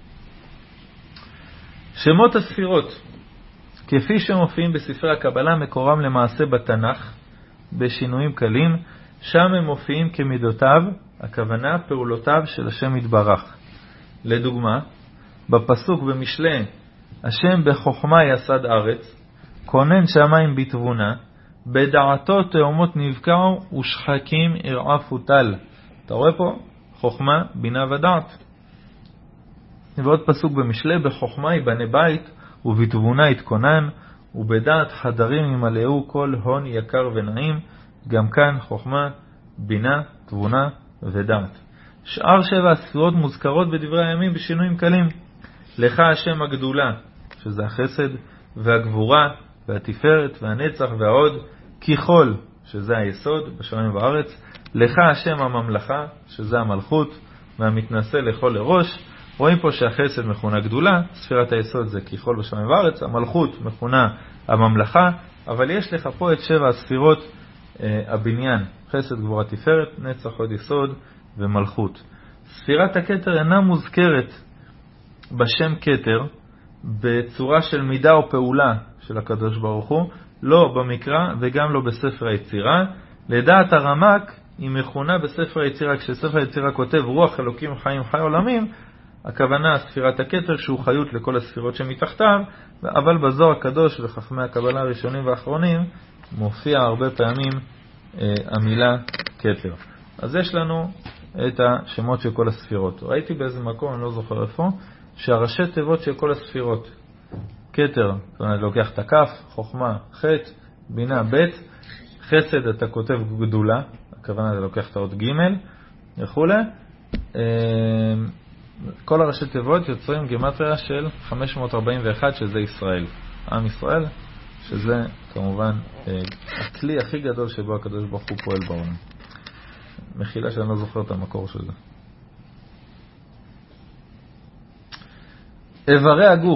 שמות הספירות, כפי שמופיעים בספרי הקבלה, מקורם למעשה בתנ"ך, בשינויים קלים, שם הם מופיעים כמידותיו, הכוונה פעולותיו של השם יתברך. לדוגמה, בפסוק במשלי, השם בחוכמה יסד ארץ, כונן שמיים בתבונה, בדעתו תאומות נבקעו ושחקים ירעפו טל. אתה רואה פה? חוכמה, בינה ודעת. ועוד פסוק במשלי, בחוכמה יבנה בית ובתבונה יתכונן, ובדעת חדרים ימלאו כל הון יקר ונעים. גם כאן חוכמה, בינה, תבונה ודעת. שאר 7 הספירות מוזכרות בדברי הימים בשינויים קלים. לך השם הגדולה, שזה החסד, והגבורה, והתפארת, והנצח, והעוד, ככל, שזה היסוד, בשמיים וארץ. לך השם הממלכה, שזה המלכות, והמתנשא לכל לראש. רואים פה שהחסד מכונה גדולה, ספירת היסוד זה ככל בשמיים וארץ, המלכות מכונה הממלכה, אבל יש לך פה את 7 הספירות הבניין, חסד, גבורה, תפארת, נצח, עוד, יסוד ומלכות. ספירת הכתר אינה מוזכרת בשם כתר בצורה של מידה או פעולה של הקדוש ברוך הוא, לא במקרא וגם לא בספר היצירה. לדעת הרמ"ק היא מכונה בספר היצירה, כשספר היצירה כותב רוח אלוקים חיים חי עולמים, הכוונה ספירת הכתר שהוא חיות לכל הספירות שמתחתיו, אבל בזוהר הקדוש וחכמי הקבלה הראשונים והאחרונים מופיע הרבה פעמים המילה כתר. אז יש לנו את השמות של כל הספירות. ראיתי באיזה מקום, אני לא זוכר איפה, שהראשי תיבות של כל הספירות, כתר, אני לוקח את הכף, חוכמה, חטא, בינה, בית, חסד אתה כותב גדולה, הכוונה זה לוקח את האות ג' וכו'. כל הראשי תיבות יוצרים גימטריה של 541, שזה ישראל. עם ישראל, שזה כמובן הכלי הכי גדול שבו הקדוש ברוך הוא פועל בעולם. מחילה שאני לא זוכר את המקור של זה. איברי הגוף.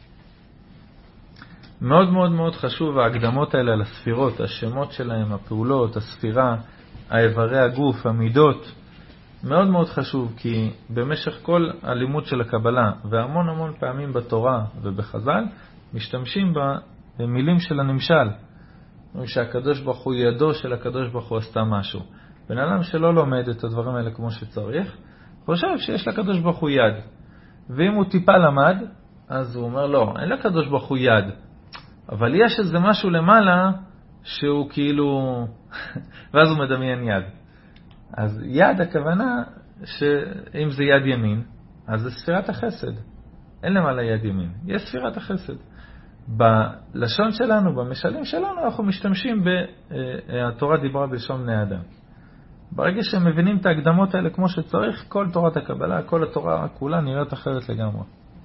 מאוד מאוד מאוד חשוב ההקדמות האלה על הספירות, השמות שלהם, הפעולות, הספירה, האיברי הגוף, המידות. מאוד מאוד חשוב, כי במשך כל הלימוד של הקבלה, והמון המון פעמים בתורה ובחז"ל, משתמשים במילים של הנמשל. שהקדוש ברוך הוא, ידו של הקדוש ברוך הוא עשתה משהו. בן אדם שלא לומד את הדברים האלה כמו שצריך, חושב שיש לקדוש ברוך הוא יד. ואם הוא טיפה למד, אז הוא אומר לא, אין לקדוש ברוך הוא יד. אבל יש איזה משהו למעלה שהוא כאילו, ואז הוא מדמיין יד. אז יד הכוונה שאם זה יד ימין, אז זה ספירת החסד. אין למעלה יד ימין, יש ספירת החסד. בלשון שלנו, במשלים שלנו, אנחנו משתמשים התורה דיברה בלשון בני אדם. ברגע שהם מבינים את ההקדמות האלה כמו שצריך, כל תורת הקבלה, כל התורה כולה נראית אחרת לגמרי.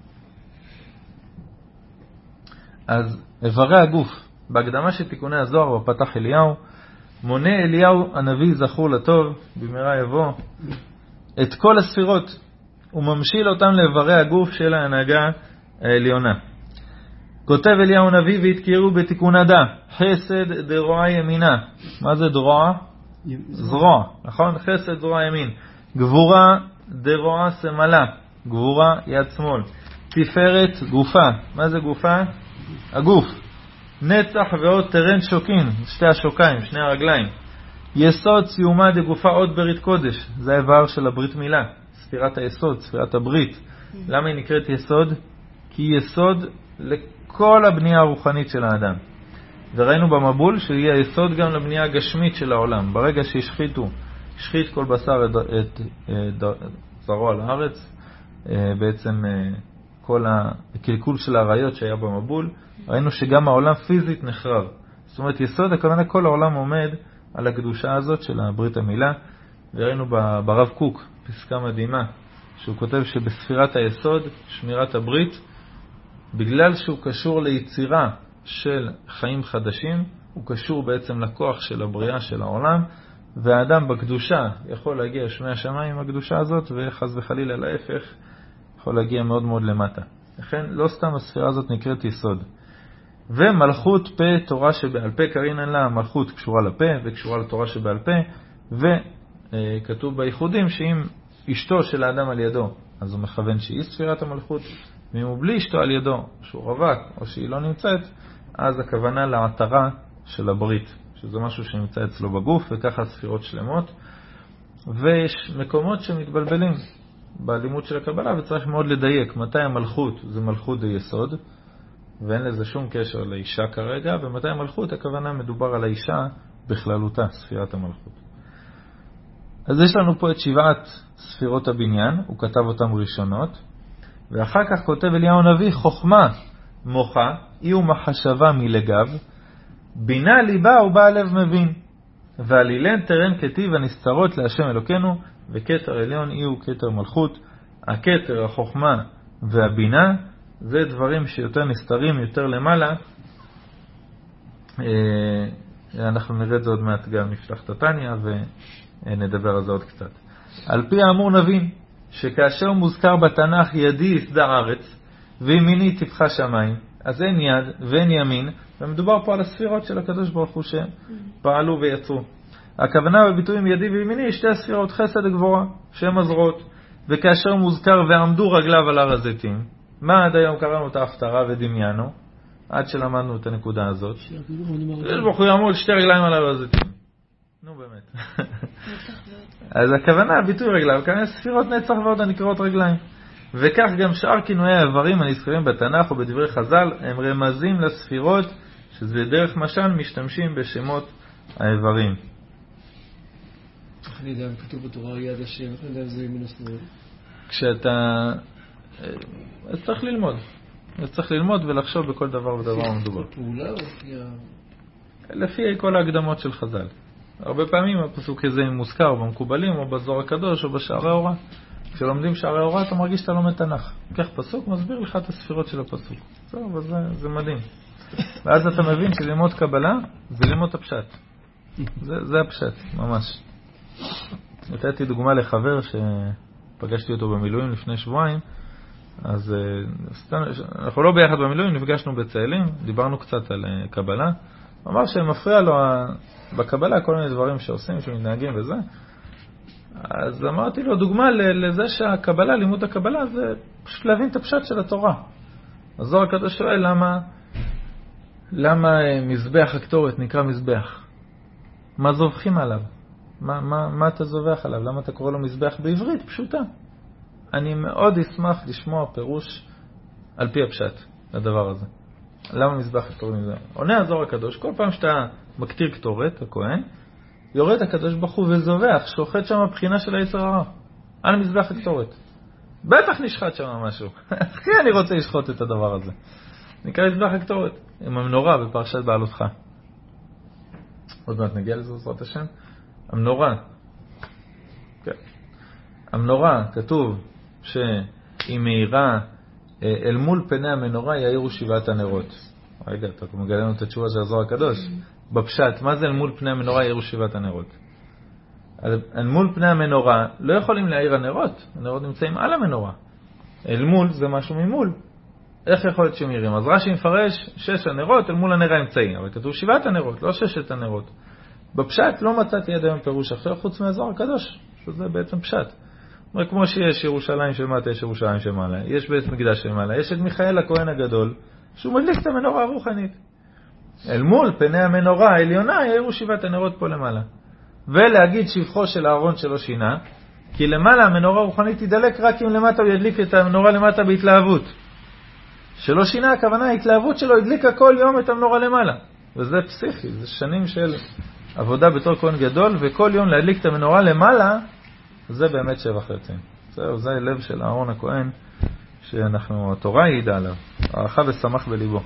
אז איברי הגוף, בהקדמה של תיקוני הזוהר בפתח אליהו, מונה אליהו הנביא זכור לטוב, במהרה יבוא, את כל הספירות, וממשיל אותם לאיברי הגוף של ההנהגה העליונה. כותב אליהו הנביא והתקראו בתיקון הדה, חסד דרוע ימינה. מה זה דרוע? זרוע, נכון? חסד זרוע ימין. גבורה דרוע סמלה, גבורה יד שמאל. תפארת גופה, מה זה גופה? הגוף. נצח ועוד תרן שוקין, שתי השוקיים, שני הרגליים. יסוד סיומה דגופה עוד ברית קודש, זה האיבר של הברית מילה, ספירת היסוד, ספירת הברית. למה היא נקראת יסוד? כי יסוד לכל הבנייה הרוחנית של האדם. וראינו במבול שיהיה היסוד גם לבנייה הגשמית של העולם. ברגע שהשחיתו, השחית כל בשר את זרוע על הארץ, בעצם כל הקלקול של העריות שהיה במבול, ראינו שגם העולם פיזית נחרב. זאת אומרת, יסוד הכוונה כל העולם עומד על הקדושה הזאת של הברית המילה. וראינו ברב קוק פסקה מדהימה, שהוא כותב שבספירת היסוד, שמירת הברית, בגלל שהוא קשור ליצירה של חיים חדשים, הוא קשור בעצם לכוח של הבריאה של העולם, והאדם בקדושה יכול להגיע שמי השמיים עם הקדושה הזאת, וחס וחלילה להפך, יכול להגיע מאוד מאוד למטה. לכן לא סתם הספירה הזאת נקראת יסוד. ומלכות פה תורה שבעל פה, קרין לה, מלכות קשורה לפה וקשורה לתורה שבעל פה, וכתוב בייחודים שאם אשתו של האדם על ידו, אז הוא מכוון שהיא ספירת המלכות, ואם הוא בלי אשתו על ידו, שהוא רווק או שהיא לא נמצאת, אז הכוונה לעטרה של הברית, שזה משהו שנמצא אצלו בגוף, וככה ספירות שלמות. ויש מקומות שמתבלבלים בלימוד של הקבלה, וצריך מאוד לדייק מתי המלכות זה מלכות היסוד, ואין לזה שום קשר לאישה כרגע, ומתי המלכות הכוונה מדובר על האישה בכללותה, ספירת המלכות. אז יש לנו פה את 7 ספירות הבניין, הוא כתב אותם ראשונות, ואחר כך כותב אליהו הנביא, חוכמה מוחה, אי ומחשבה מלגב, בינה ליבה ובא לב מבין, ועלילן תרן כתיב הנסתרות להשם אלוקינו, וכתר עליון אי הוא כתר מלכות. הכתר, החוכמה והבינה, זה דברים שיותר נסתרים, יותר למעלה. אנחנו נראה את זה עוד מעט גם נפתח את התניה ונדבר על זה עוד קצת. על פי האמור נבין שכאשר מוזכר בתנ"ך ידי יסדה ארץ וימיני תפחה שמיים, אז אין יד ואין ימין, ומדובר פה על הספירות של הקדוש ברוך הוא שפעלו ויצרו. הכוונה בביטויים ידי וימיני, שתי הספירות חסד וגבורה שהן הזרועות. וכאשר מוזכר ועמדו רגליו על הר הזיתים, מה עד היום קראנו את ההפטרה ודמיינו, עד שלמדנו את הנקודה הזאת. הקדוש ברוך הוא יעמוד שתי רגליים על הר הזיתים. נו באמת. אז הכוונה ביטוי רגליו, כאן יש ספירות נצח ועוד הנקראות רגליים. וכך גם שאר כינויי האיברים הנזכרים בתנ"ך ובדברי חז"ל הם רמזים לספירות, שזה דרך משל משתמשים בשמות האיברים. איך אני יודע, כתוב בתורה יד השם, איך אני יודע אם זה ימין השמאל? כשאתה... אז צריך ללמוד. אז צריך ללמוד ולחשוב בכל דבר ודבר מדובר. פעולה או לפי כל ההקדמות של חז"ל. הרבה פעמים הפסוק הזה מוזכר במקובלים או בזוהר הקדוש או בשערי האורה. כשלומדים שערי אורה אתה מרגיש שאתה לומד תנ"ך. כך פסוק מסביר לך את הספירות של הפסוק. טוב, זה מדהים. ואז אתה מבין שללמוד קבלה זה ללמוד את הפשט. זה הפשט, ממש. נתתי דוגמה לחבר שפגשתי אותו במילואים לפני שבועיים, אז אנחנו לא ביחד במילואים, נפגשנו בצאלים, דיברנו קצת על קבלה. הוא אמר שמפריע לו בקבלה כל מיני דברים שעושים, שמתנהגים וזה. אז אמרתי לו דוגמה לזה שהקבלה, לימוד הקבלה, זה פשוט להבין את הפשט של התורה. אז זוהר הקדוש שואל למה מזבח הקטורת נקרא מזבח? מה זובחים עליו? מה אתה זובח עליו? למה אתה קורא לו מזבח בעברית? פשוטה. אני מאוד אשמח לשמוע פירוש על פי הפשט לדבר הזה. למה מזבח הקטורת מזבח? עונה הזוהר הקדוש, כל פעם שאתה מקטיר קטורת, הכהן, יורד הקדוש ברוך הוא וזובח, שוחט שם הבחינה של היצר הרע. על מזבח הקטורת. בטח נשחט שם משהו. כי אני רוצה לשחוט את הדבר הזה. נקרא מזבח הקטורת. עם המנורה בפרשת בעלותך. עוד מעט נגיע לזה בעזרת השם. המנורה. כן. המנורה, כתוב שהיא מאירה אל מול פני המנורה יאירו 7 הנרות. רגע, אתה מגלה לנו את התשובה של הזוהר הקדוש. בפשט, מה זה אל מול פני המנורה יאירו 7 הנרות? אל מול פני המנורה לא יכולים להאיר הנרות. הנרות נמצאים על המנורה. אל מול זה משהו ממול. איך יכול להיות שמאירים? אז רש"י מפרש 6 הנרות אל מול הנר האמצעי, אבל כתוב 7 הנרות, לא 6 הנרות. בפשט לא מצאתי עד היום פירוש אחר חוץ מהזוהר הקדוש, שזה בעצם פשט. כמו שיש ירושלים שמטה, יש ירושלים שמעלה, יש בית מקדש שמעלה, יש את מיכאל הכהן הגדול, שהוא מדליק את המנורה הרוחנית. אל מול פני המנורה העליונה יאירו 7 הנרות פה למעלה. ולהגיד שבחו של הארון שלא שינה, כי למעלה המנורה הרוחנית תדלק רק אם למטה הוא ידליק את המנורה למטה בהתלהבות. שלא שינה, הכוונה ההתלהבות שלו הדליקה כל יום את המנורה למעלה. וזה פסיכי, זה שנים של עבודה בתור כהן גדול, וכל יום להדליק את המנורה למעלה, זה באמת שבח רצין. זה הלב של אהרון הכהן, התורה העידה עליו, הערכה ושמח בליבו.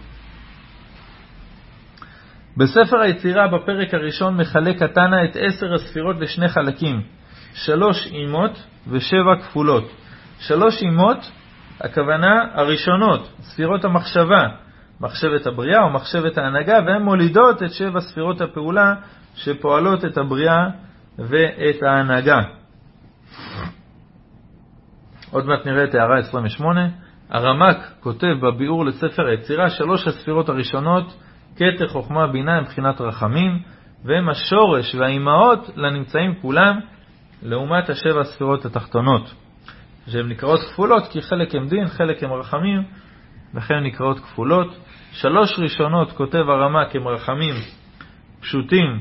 בספר היצירה בפרק הראשון מחלק התנא את 10 הספירות לשני חלקים, 3 אימות ו7 כפולות. 3 אימות, הכוונה הראשונות, ספירות המחשבה, מחשבת הבריאה או מחשבת ההנהגה, והן מולידות את 7 ספירות הפעולה שפועלות את הבריאה ואת ההנהגה. עוד מעט נראה את הערה 28. הרמ"ק כותב בביאור לספר היצירה 3 הספירות הראשונות, כתר חוכמה בינה הם בחינת רחמים, והם השורש והאימהות לנמצאים כולם לעומת 7 הספירות התחתונות, שהן נקראות כפולות כי חלק הם דין, חלק הם רחמים, לכן נקראות כפולות. 3 ראשונות כותב הרמ"ק הם רחמים פשוטים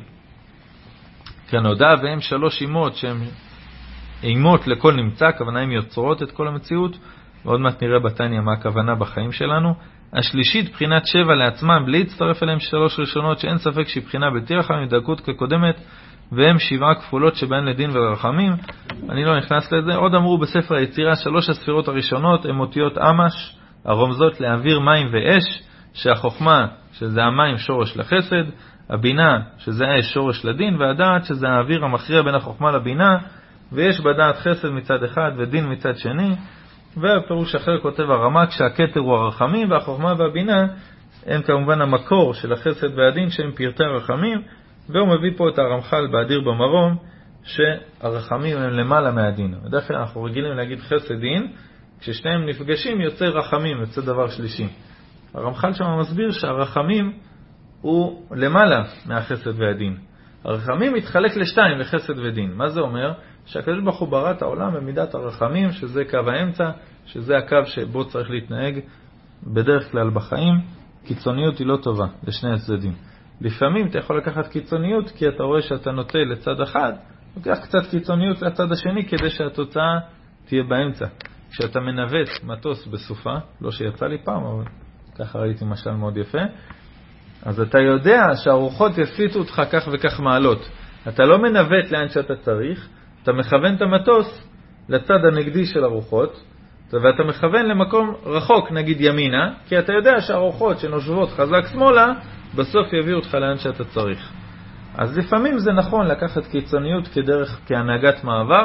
כנודע, והם 3 אימות שהן אימות לכל נמצא, הכוונה הן יוצרות את כל המציאות, ועוד מעט נראה בתניא מה הכוונה בחיים שלנו. השלישית בחינת 7 לעצמם בלי להצטרף אליהם 3 ראשונות שאין ספק שהיא בחינה בלתי רחמים דקות כקודמת, והם 7 כפולות שבהן לדין ורחמים. אני לא נכנס לזה. עוד אמרו בספר היצירה 3 הספירות הראשונות הם אותיות אמש, הרומזות לאוויר, מים ואש, שהחוכמה שזה המים שורש לחסד, הבינה שזה האש שורש לדין, והדעת שזה האוויר המכריע בין החוכמה לבינה, ויש בדעת חסד מצד אחד ודין מצד שני. והפירוש אחר כותב הרמ"ק שהכתר הוא הרחמים, והחוכמה והבינה הם כמובן המקור של החסד והדין שהם פרטי הרחמים. והוא מביא פה את הרמח"ל באדיר במרום שהרחמים הם למעלה מהדין. בדרך כלל אנחנו רגילים להגיד חסד דין, כששניהם נפגשים יוצא רחמים, יוצא דבר שלישי. הרמח"ל שם מסביר שהרחמים הוא למעלה מהחסד והדין. הרחמים מתחלק לשתיים, לחסד ודין. מה זה אומר? שהקדוש ברוך הוא ברא את העולם במידת הרחמים, שזה קו האמצע, שזה הקו שבו צריך להתנהג בדרך כלל בחיים. קיצוניות היא לא טובה לשני הצדדים. לפעמים אתה יכול לקחת קיצוניות כי אתה רואה שאתה נוטה לצד אחד, לוקח קצת קיצוניות לצד השני כדי שהתוצאה תהיה באמצע. כשאתה מנווט מטוס בסופה, לא שיצא לי פעם, אבל ככה ראיתי משל מאוד יפה, אז אתה יודע שהרוחות יסיטו אותך כך וכך מעלות. אתה לא מנווט לאן שאתה צריך, אתה מכוון את המטוס לצד הנגדי של הרוחות, ואתה מכוון למקום רחוק, נגיד ימינה, כי אתה יודע שהרוחות שנושבות חזק שמאלה, בסוף יביאו אותך לאן שאתה צריך. אז לפעמים זה נכון לקחת קיצוניות כדרך, כהנהגת מעבר,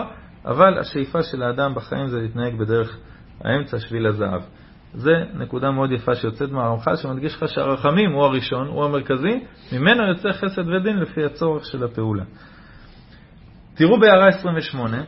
אבל השאיפה של האדם בחיים זה להתנהג בדרך האמצע, שביל הזהב. זה נקודה מאוד יפה שיוצאת מהרמח"ל, שמדגיש לך שהרחמים הוא הראשון, הוא המרכזי, ממנו יוצא חסד ודין לפי הצורך של הפעולה. תראו בהערה 28,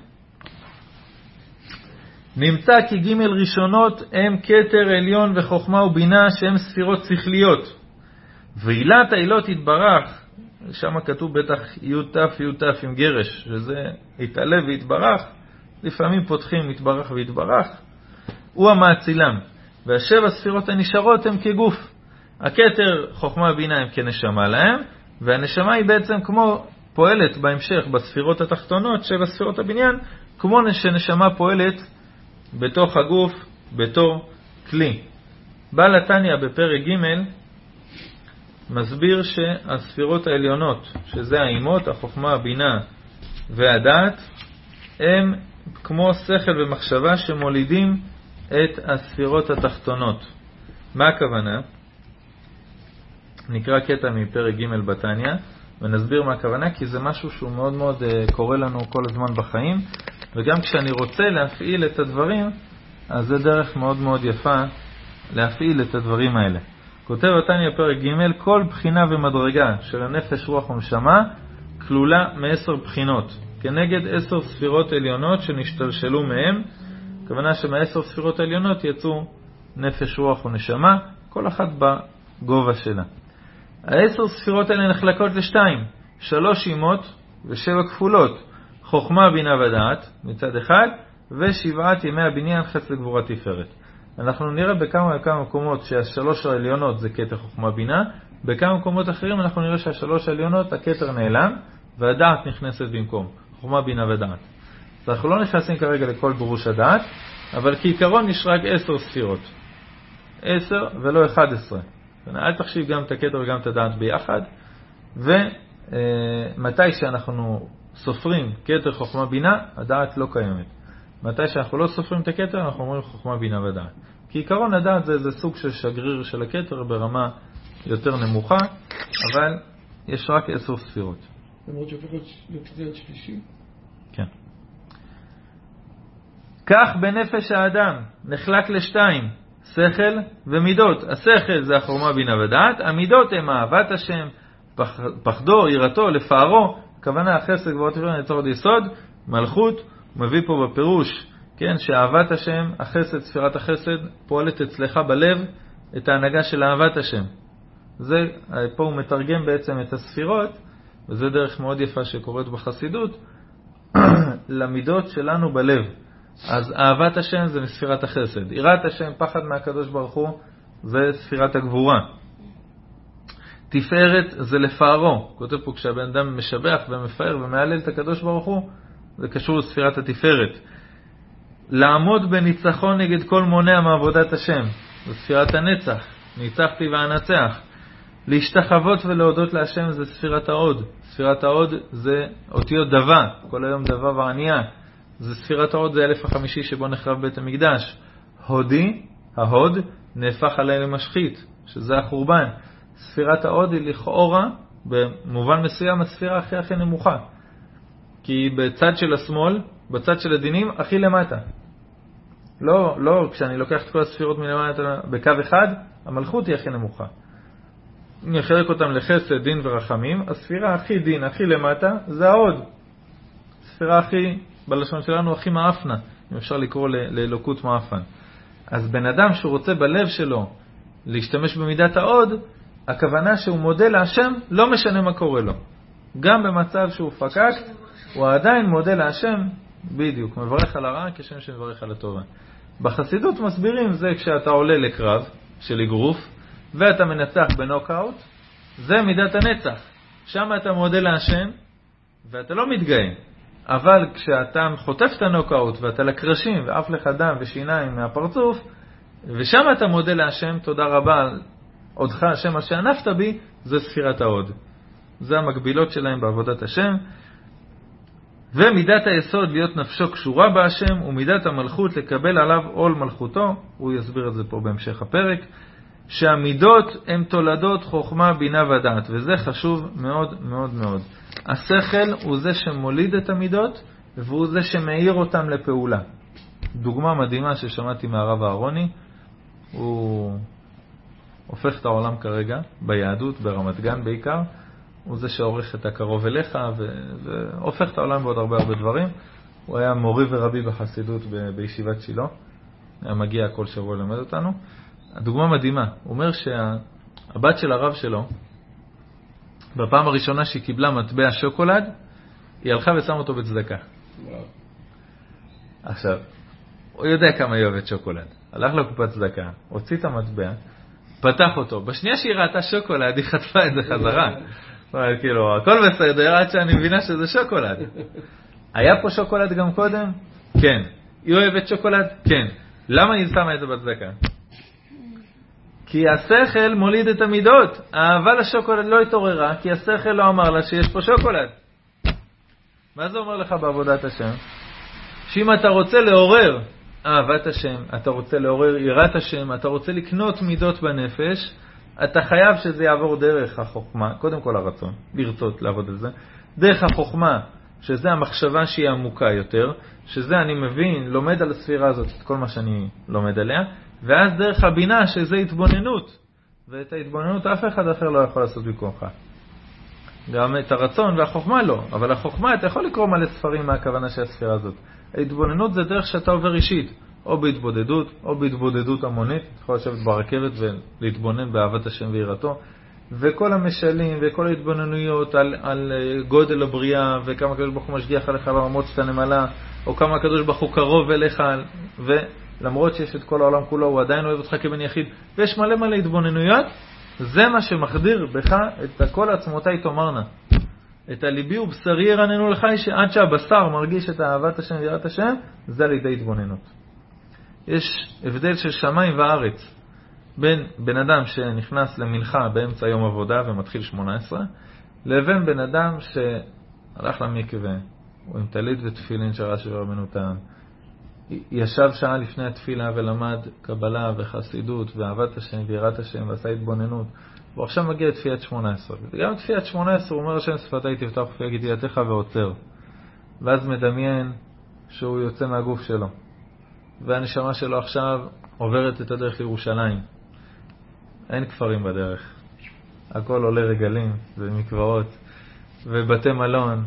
נמצא כי ג' ראשונות הם כתר עליון וחוכמה ובינה שהם ספירות שכליות. ועילת העילות התברך, שם כתוב בטח י"ת עם גרש, שזה התעלה והתברך, לפעמים פותחים התברך והתברך, הוא המאצילם. והשבע ספירות הנשארות הם כגוף. הכתר חוכמה ובינה הם כנשמה להם, והנשמה היא בעצם כמו פועלת בהמשך בספירות התחתונות, שבע ספירות הבניין, כמו שנשמה פועלת בתוך הגוף, בתור כלי. בעל התניא בפרק ג' מסביר שהספירות העליונות, שזה האימות, החוכמה, הבינה והדעת, הם כמו שכל ומחשבה שמולידים את הספירות התחתונות. מה הכוונה? נקרא קטע מפרק ג' בתניא ונסביר מה הכוונה, כי זה משהו שהוא מאוד מאוד קורה לנו כל הזמן בחיים, וגם כשאני רוצה להפעיל את הדברים, אז זה דרך מאוד מאוד יפה להפעיל את הדברים האלה. כותב התניא פרק ג' כל בחינה ומדרגה של הנפש רוח ונשמה כלולה מ10 בחינות, כנגד 10 ספירות עליונות שנשתלשלו מהם. הכוונה שמה10 ספירות עליונות יצאו נפש רוח ונשמה, כל אחת בגובה שלה. 10 ספירות האלה נחלקות לשתיים, 3 אימות ו7 כפולות, חוכמה, בינה ודעת מצד אחד, ו7 ימי הבניין חסד גבורה תפארת. אנחנו נראה בכמה מקומות שהשלוש העליונות זה כתר חוכמה בינה, בכמה מקומות אחרים אנחנו נראה שהשלוש העליונות הכתר נעלם והדעת נכנסת במקום, חוכמה בינה ודעת. אז אנחנו לא נכנסים כרגע לכל דרוש הדעת, אבל כעיקרון יש רק 10 ספירות, 10 ולא 11. אל תחשיב גם את הכתר וגם את הדעת ביחד. ומתי שאנחנו סופרים כתר חוכמה בינה, הדעת לא קיימת. מתי שאנחנו לא סופרים את הכתר, אנחנו אומרים חוכמה בינה ודעת. כעיקרון הדעת זה סוג של שגריר של הכתר ברמה יותר נמוכה, אבל יש רק 10 ספירות. למרות שהופך להיות שלישי? כן. כך בנפש האדם נחלק לשתיים, שכל ומידות. השכל זה החוכמה בינה ודעת, המידות הם אהבת השם, פחדו, יראתו, לפארו, הכוונה החסד גבורת תפארת יצור יסוד, מלכות. הוא מביא פה בפירוש, כן, שאהבת השם, החסד, ספירת החסד, פועלת אצלך בלב את ההנהגה של אהבת השם. זה, פה הוא מתרגם בעצם את הספירות, וזה דרך מאוד יפה שקורית בחסידות, למידות שלנו בלב. אז אהבת השם זה מספירת החסד. יראת השם, פחד מהקדוש ברוך הוא, זה ספירת הגבורה. תפארת זה לפארו. כותב פה כשהבן אדם משבח ומפאר ומעלל את הקדוש ברוך הוא, זה קשור לספירת התפארת. לעמוד בניצחון נגד כל מונע מעבודת השם, זה ספירת הנצח, ניצחתי ואנצח. להשתחוות ולהודות להשם זה ספירת העוד. ספירת העוד זה אותיות דבה, כל היום דבה וענייה. זה ספירת העוד, זה 1050 שבו נחרב בית המקדש. הודי, ההוד, נהפך עליי למשחית, שזה החורבן. ספירת העוד היא לכאורה, במובן מסוים, הספירה הכי נמוכה. כי בצד של השמאל, בצד של הדינים, הכי למטה. לא, כשאני לוקח את כל הספירות מלמטה בקו אחד, המלכות היא הכי נמוכה. אם נחלק אותם לחסד, דין ורחמים, הספירה הכי דין, הכי למטה, זה העוד. הספירה הכי, בלשון שלנו, הכי מאפנה, אם אפשר לקרוא לאלוקות מאפן. אז בן אדם שהוא רוצה בלב שלו להשתמש במידת העוד, הכוונה שהוא מודה להשם, לא משנה מה קורה לו. גם במצב שהוא פקק, הוא עדיין מודה להשם, בדיוק, מברך על הרע כשם שמברך על הטובה. בחסידות מסבירים זה כשאתה עולה לקרב של אגרוף, ואתה מנצח בנוקאוט, זה מידת הנצח. שם אתה מודה להשם, ואתה לא מתגאה. אבל כשאתה חוטף את הנוקאוט, ואתה לקרשים, ואף לך דם ושיניים מהפרצוף, ושם אתה מודה להשם, תודה רבה על עודך השם מה שענפת בי, זה ספירת העוד. זה המקבילות שלהם בעבודת השם. ומידת היסוד להיות נפשו קשורה בהשם, ומידת המלכות לקבל עליו עול מלכותו, הוא יסביר את זה פה בהמשך הפרק, שהמידות הן תולדות חוכמה, בינה ודעת, וזה חשוב מאוד מאוד מאוד. השכל הוא זה שמוליד את המידות, והוא זה שמאיר אותם לפעולה. דוגמה מדהימה ששמעתי מהרב אהרוני, הוא הופך את העולם כרגע, ביהדות, ברמת גן בעיקר, הוא זה שעורך את הקרוב אליך, והופך את העולם בעוד הרבה דברים. הוא היה מורי ורבי בחסידות בישיבת שילה, היה מגיע כל שבוע ללמד אותנו. הדוגמה מדהימה, הוא אומר שהבת של הרב שלו, בפעם הראשונה שהיא קיבלה מטבע שוקולד, היא הלכה ושם אותו בצדקה. עכשיו, הוא יודע כמה היא אוהבת שוקולד. הלך לקופת צדקה, הוציא את המטבע, פתח אותו. בשנייה שהיא ראתה שוקולד, היא חטפה את זה חזרה. כאילו, הכל בסדר, עד שאני מבינה שזה שוקולד. היה פה שוקולד גם קודם? כן. היא אוהבת שוקולד? כן. למה היא שמה את זה בצדקה? כי השכל מוליד את המידות. האהבה לשוקולד לא התעוררה, כי השכל לא אמר לה שיש פה שוקולד. מה זה אומר לך בעבודת השם? שאם אתה רוצה לעורר אהבת השם, אתה רוצה לעורר יראת השם, אתה רוצה לקנות מידות בנפש, אתה חייב שזה יעבור דרך החוכמה, קודם כל הרצון, לרצות לעבוד על זה, דרך החוכמה, שזה המחשבה שהיא עמוקה יותר, שזה אני מבין, לומד על הספירה הזאת את כל מה שאני לומד עליה, ואז דרך הבינה שזה התבוננות, ואת ההתבוננות אף אחד אחר לא יכול לעשות במקומך. גם את הרצון והחוכמה לא, אבל החוכמה אתה יכול לקרוא מלא ספרים מהכוונה של הספירה הזאת. ההתבוננות זה דרך שאתה עובר אישית, או בהתבודדות, או בהתבודדות המונית, אתה יכול לשבת ברכבת ולהתבונן באהבת השם ויראתו, וכל המשלים וכל ההתבוננויות על גודל הבריאה, וכמה הקדוש ברוך הוא משגיח עליך ברמות שאתה נמלה, או כמה הקדוש ברוך הוא קרוב אליך, ולמרות שיש את כל העולם כולו, הוא עדיין אוהב אותך כבן יחיד, ויש מלא התבוננויות, זה מה שמחדיר בך את כל עצמותיי תאמרנה. את הליבי ובשרי ירננו לך, שעד שהבשר מרגיש את אהבת השם ויראת השם, זה על ידי התבוננות. יש הבדל של שמיים וארץ בין בן אדם שנכנס למנחה באמצע יום עבודה ומתחיל 18, לבין בן אדם שהלך למקווה, הוא עם טלית ותפילין של רש"י ורבנו תם, ישב שעה לפני התפילה ולמד קבלה וחסידות ואהבת השם ויראת השם ועשה התבוננות, הוא עכשיו מגיע לתפילת 18. וגם לתפילת 18 הוא אומר השם שפתי תפתח ופי ידיעתך ועוצר. ואז מדמיין שהוא יוצא מהגוף שלו. והנשמה שלו עכשיו עוברת את הדרך לירושלים. אין כפרים בדרך. הכל עולה רגלים ומקוואות ובתי מלון.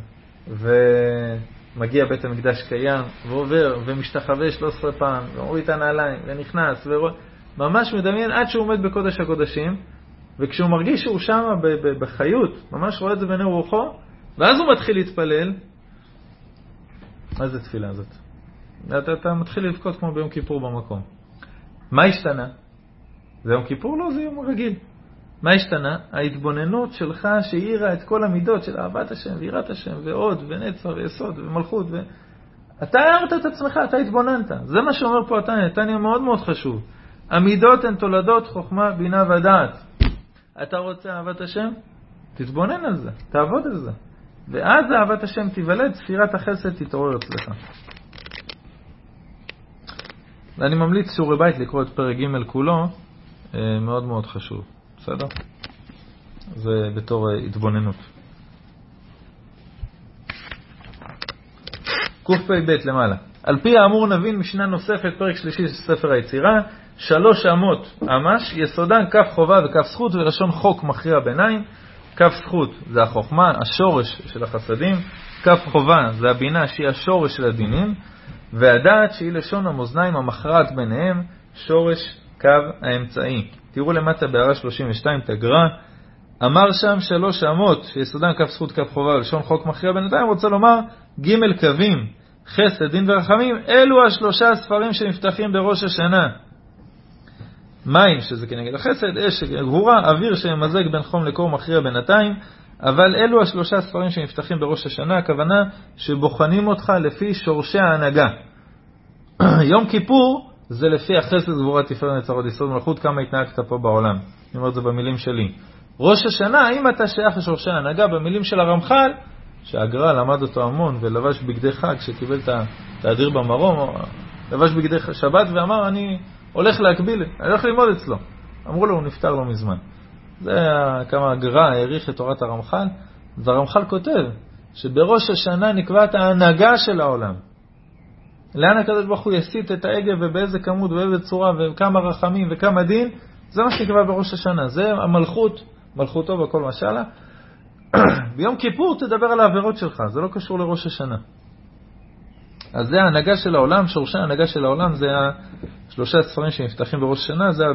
ומגיע בית המקדש קיים ועובר ומשתחווה 13 פעם ומוריד את הנעליים ונכנס ממש מדמיין עד שהוא עומד בקודש הקודשים. וכשהוא מרגיש שהוא שם בחיות, ממש רואה את זה בעיני רוחו, ואז הוא מתחיל להתפלל. מה זה תפילה הזאת? אתה מתחיל לבכות כמו ביום כיפור במקום. מה השתנה? זה יום כיפור? לא, זה יום רגיל. מה השתנה? ההתבוננות שלך שהאירה את כל המידות של אהבת השם ויראת השם ועוד ונצח ויסוד ומלכות. אתה הארת את עצמך, אתה התבוננת. זה מה שאומר פה התניא. התניא מאוד מאוד חשוב. המידות הן תולדות חוכמה, בינה ודעת. אתה רוצה אהבת השם? תתבונן על זה, תעבוד על זה. ואז אהבת השם תיוולד, ספירת החסד תתעורר אצלך. ואני ממליץ שיעורי בית לקרוא את פרק ג' כולו, מאוד מאוד חשוב. בסדר? זה בתור התבוננות. קפ"ב למעלה. על פי האמור נבין משנה נוספת, פרק שלישי של ספר היצירה, 3 אמות ממש, יסודן כף חובה וכף זכות ולשון חוק מכריע ביניים. כף זכות זה החוכמה, השורש של החסדים, כף חובה זה הבינה שהיא השורש של הדינים, והדעת שהיא לשון המאזניים המכרעת ביניהם, שורש קו האמצעי. תראו למטה בהערה 32 תגרה, אמר שם 3 אמות שיסודן כף זכות כף חובה ולשון חוק מכריע ביניים, רוצה לומר ג' קווים, חסד דין ורחמים, אלו 3 הספרים שנפתחים בראש השנה. מים שזה כנגד החסד, אש גבורה, אוויר שממזג בין חום לקור מכריע בינתיים, אבל אלו 3 הספרים שנפתחים בראש השנה, הכוונה שבוחנים אותך לפי שורשי ההנהגה. יום כיפור זה לפי החסד גבורה תפארת נצח הוד יסוד מלכות, כמה התנהגת פה בעולם. אני אומר את זה במילים שלי. ראש השנה, אם אתה שייך לשורשי ההנהגה, במילים של הרמח"ל, שהגר"א למד אותו המון ולבש בגדי חג שקיבל את האדיר במרום, לבש בגדי שבת ואמר אני הולך להקביל, אני הולך ללמוד אצלו. אמרו לו, הוא נפטר לא מזמן. זה כמה הגר"א העריך את תורת הרמח"ל. אז הרמח"ל כותב שבראש השנה נקבעת ההנהגה של העולם. לאן הקדוש ברוך הוא יסיט את העגל ובאיזה כמות ובאיזה צורה וכמה רחמים וכמה דין, זה מה שנקבע בראש השנה. זה המלכות, מלכותו בכל משלה. ביום כיפור תדבר על העבירות שלך, זה לא קשור לראש השנה. אז זה ההנהגה של העולם, שורשי ההנהגה של העולם, זה שלושה ספרים שנפתחים בראש השנה, זה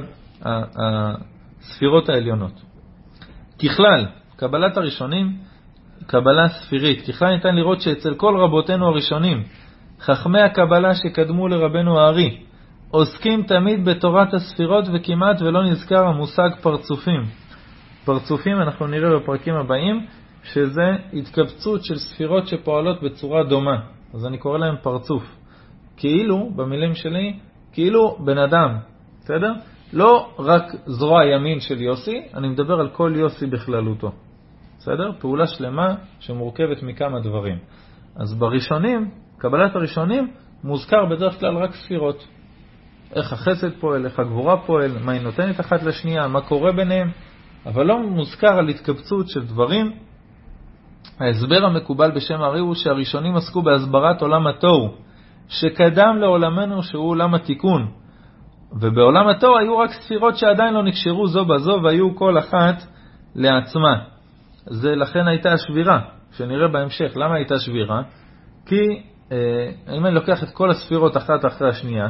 הספירות העליונות. ככלל, קבלת הראשונים, קבלה ספירית. ככלל ניתן לראות שאצל כל רבותינו הראשונים, חכמי הקבלה שקדמו לרבנו הארי, עוסקים תמיד בתורת הספירות וכמעט ולא נזכר המושג פרצופים. פרצופים אנחנו נראה בפרקים הבאים, שזה התקבצות של ספירות שפועלות בצורה דומה. אז אני קורא להם פרצוף. כאילו, במילים שלי, כאילו בן אדם. בסדר? לא רק זרוע ימין של יוסי, אני מדבר על כל יוסי בכללותו. בסדר? פעולה שלמה שמורכבת מכמה דברים. אז בראשונים, קבלת הראשונים, מוזכר בדרך כלל רק ספירות. איך החסד פועל, איך הגבורה פועל, מה היא נותנת אחת לשנייה, מה קורה ביניהם. אבל לא מוזכר על התקבצות של דברים. ההסבר המקובל בשם הארי הוא שהראשונים עסקו בהסברת עולם התוהו, שקדם לעולמנו שהוא עולם התיקון. ובעולם התוהו היו רק ספירות שעדיין לא נקשרו זו בזו והיו כל אחת לעצמה. זה לכן הייתה השבירה, שנראה בהמשך. למה הייתה שבירה? כי אם אני לוקח את כל הספירות אחת אחרי השנייה,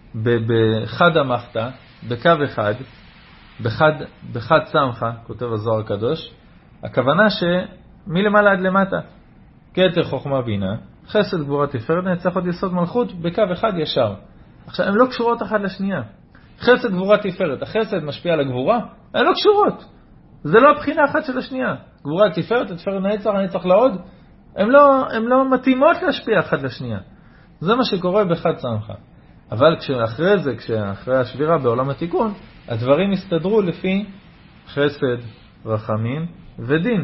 בחד המחתה, בקו אחד, בחד סמכה, כותב הזוהר הקדוש, הכוונה שמלמעלה עד למטה, כתר חוכמה בינה, חסד גבורה תפארת נצח עוד יסוד מלכות, בקו אחד ישר. עכשיו, הן לא קשורות אחת לשנייה. חסד גבורה תפארת, החסד משפיע על הגבורה, הן לא קשורות. זה לא הבחינה אחת של השנייה. גבורה תפארת, תפארת נצח, הנצח לעוד, הן לא מתאימות להשפיע אחת לשנייה. זה מה שקורה בחד סמכה. אבל כשאחרי זה, כשאחרי השבירה בעולם התיקון, הדברים הסתדרו לפי חסד, רחמים ודין.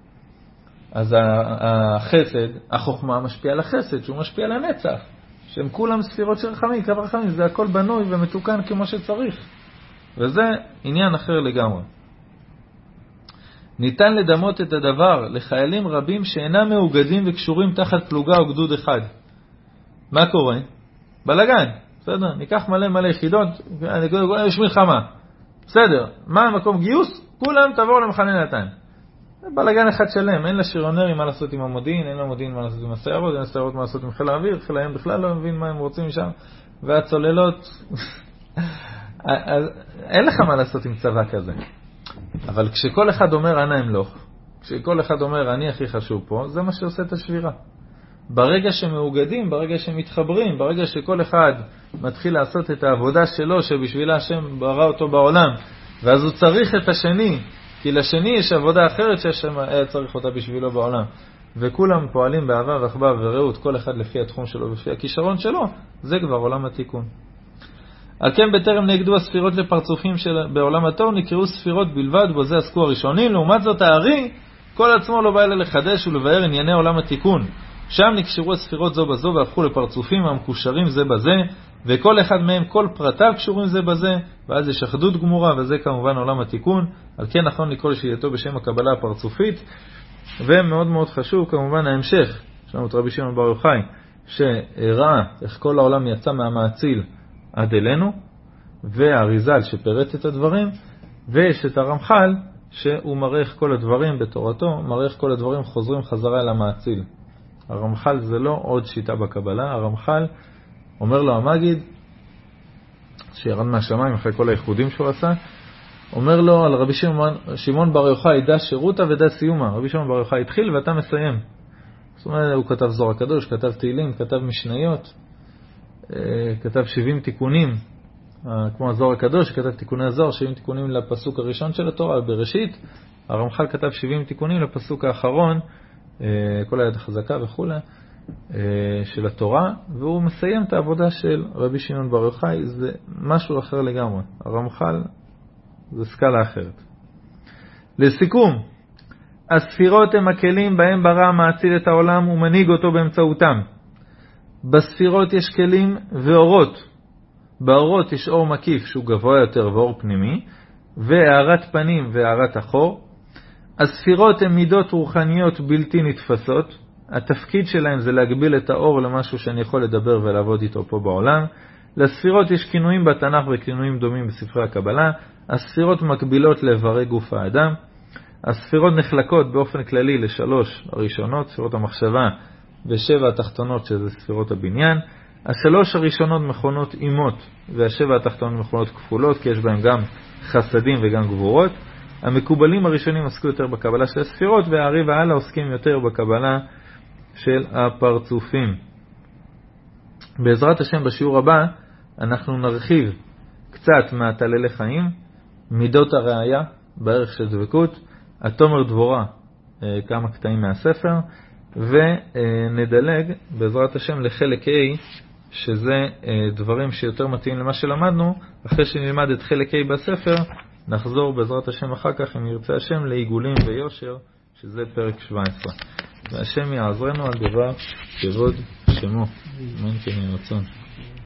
אז החסד, החוכמה משפיע על החסד, שהוא משפיע על הנצח, שהם כולם ספירות של רחמים, קו רחמים, זה הכל בנוי ומתוקן כמו שצריך. וזה עניין אחר לגמרי. ניתן לדמות את הדבר לחיילים רבים שאינם מאוגדים וקשורים תחת פלוגה או גדוד אחד. מה קורה? בלגן. בסדר? ניקח מלא יחידות, יש מלחמה. בסדר, מה המקום גיוס? כולם תבואו למחנה נתן. בלגן אחד שלם, אין לשריונרים מה לעשות עם המודיעין, אין למודיעין מה לעשות עם הסיירות, אין לסיירות מה לעשות עם חיל האוויר, חיל הים בכלל לא מבין מה הם רוצים שם, והצוללות, אין לך מה לעשות עם צבא כזה. אבל כשכל אחד אומר אני אמלוך, כשכל אחד אומר אני הכי חשוב פה, זה מה שעושה את השבירה. ברגע שמאוגדים, ברגע שמתחברים, ברגע שכל אחד מתחיל לעשות את העבודה שלו שבשבילה השם ברא אותו בעולם, ואז הוא צריך את השני, כי לשני יש עבודה אחרת שהשם היה צריך אותה בשבילו בעולם, וכולם פועלים באהבה ואחווה ורעות, כל אחד לפי התחום שלו ולפי הכישרון שלו, זה כבר עולם התיקון. על כן בטרם נגדו הספירות לפרצופים בעולם התוהו נקראו ספירות בלבד, בו זה עסקו הראשונים. לעומת זאת הארי כל עצמו לא בא אלא לחדש ולבאר ענייני עולם התיקון. שם נקשרו הספירות זו בזו והפכו לפרצופים המקושרים זה בזה, וכל אחד מהם כל פרטיו קשורים זה בזה, ואז יש אחדות גמורה, וזה כמובן עולם התיקון. על כן נכון לקרוא לשייתו בשם הקבלה הפרצופית. ומאוד מאוד חשוב כמובן ההמשך, שלנו את רבי שמעון בר יוחאי, שראה איך כל העולם יצא מהמאציל עד אלינו, והאריזל שפרט את הדברים, ויש את הרמח"ל שהוא מראה איך כל הדברים בתורתו, מראה איך כל הדברים חוזרים חזרה אל המאציל. הרמח"ל זה לא עוד שיטה בקבלה, הרמח"ל אומר לו המגיד, שירד מהשמיים אחרי כל הייחודים שהוא עשה, אומר לו על רבי שמעון בר יוחאי, דע שירותה ודע סיומה. רבי שמעון בר יוחאי התחיל ואתה מסיים. זאת אומרת, הוא כתב זוהר הקדוש, כתב תהילים, כתב משניות, כתב 70 תיקונים, כמו הזוהר הקדוש, כתב תיקוני הזוהר, 70 תיקונים לפסוק הראשון של התורה, בראשית. הרמח"ל כתב 70 תיקונים לפסוק האחרון, כל היד החזקה וכו' של התורה, והוא מסיים את העבודה של רבי שמעון בר יוחאי. זה משהו אחר לגמרי. הרמח"ל זה סקאלה אחרת. לסיכום, הספירות הם הכלים בהם ברא מאציל את העולם ומנהיג אותו באמצעותם. בספירות יש כלים ואורות. באורות יש אור מקיף שהוא גבוה יותר ואור פנימי, והארת פנים והארת החור. הספירות הן מידות רוחניות בלתי נתפסות, התפקיד שלהם זה להגביל את האור למשהו שאני יכול לדבר ולעבוד איתו פה בעולם. לספירות יש כינויים בתנ"ך וכינויים דומים בספרי הקבלה. הספירות מקבילות לאיברי גוף האדם. הספירות נחלקות באופן כללי לשלוש הראשונות, ספירות המחשבה, ושבע התחתונות שזה ספירות הבניין. השלוש הראשונות מכונות אימות, והשבע התחתונות מכונות כפולות, כי יש בהם גם חסדים וגם גבורות. המקובלים הראשונים עסקו יותר בקבלה של הספירות, והארי והלאה עוסקים יותר בקבלה של הפרצופים. בעזרת השם בשיעור הבא אנחנו נרחיב קצת מהתללי חיים, מידות הראייה בערך של דבקות, התומר דבורה, כמה קטעים מהספר, ונדלג בעזרת השם לחלק A, שזה דברים שיותר מתאים למה שלמדנו. אחרי שנלמד את חלק A בספר, נחזור בעזרת השם אחר כך, אם ירצה השם, לעיגולים ויושר, שזה פרק 17. והשם יעזרנו על דבר כבוד שמו. אמן כן יהיה רצון.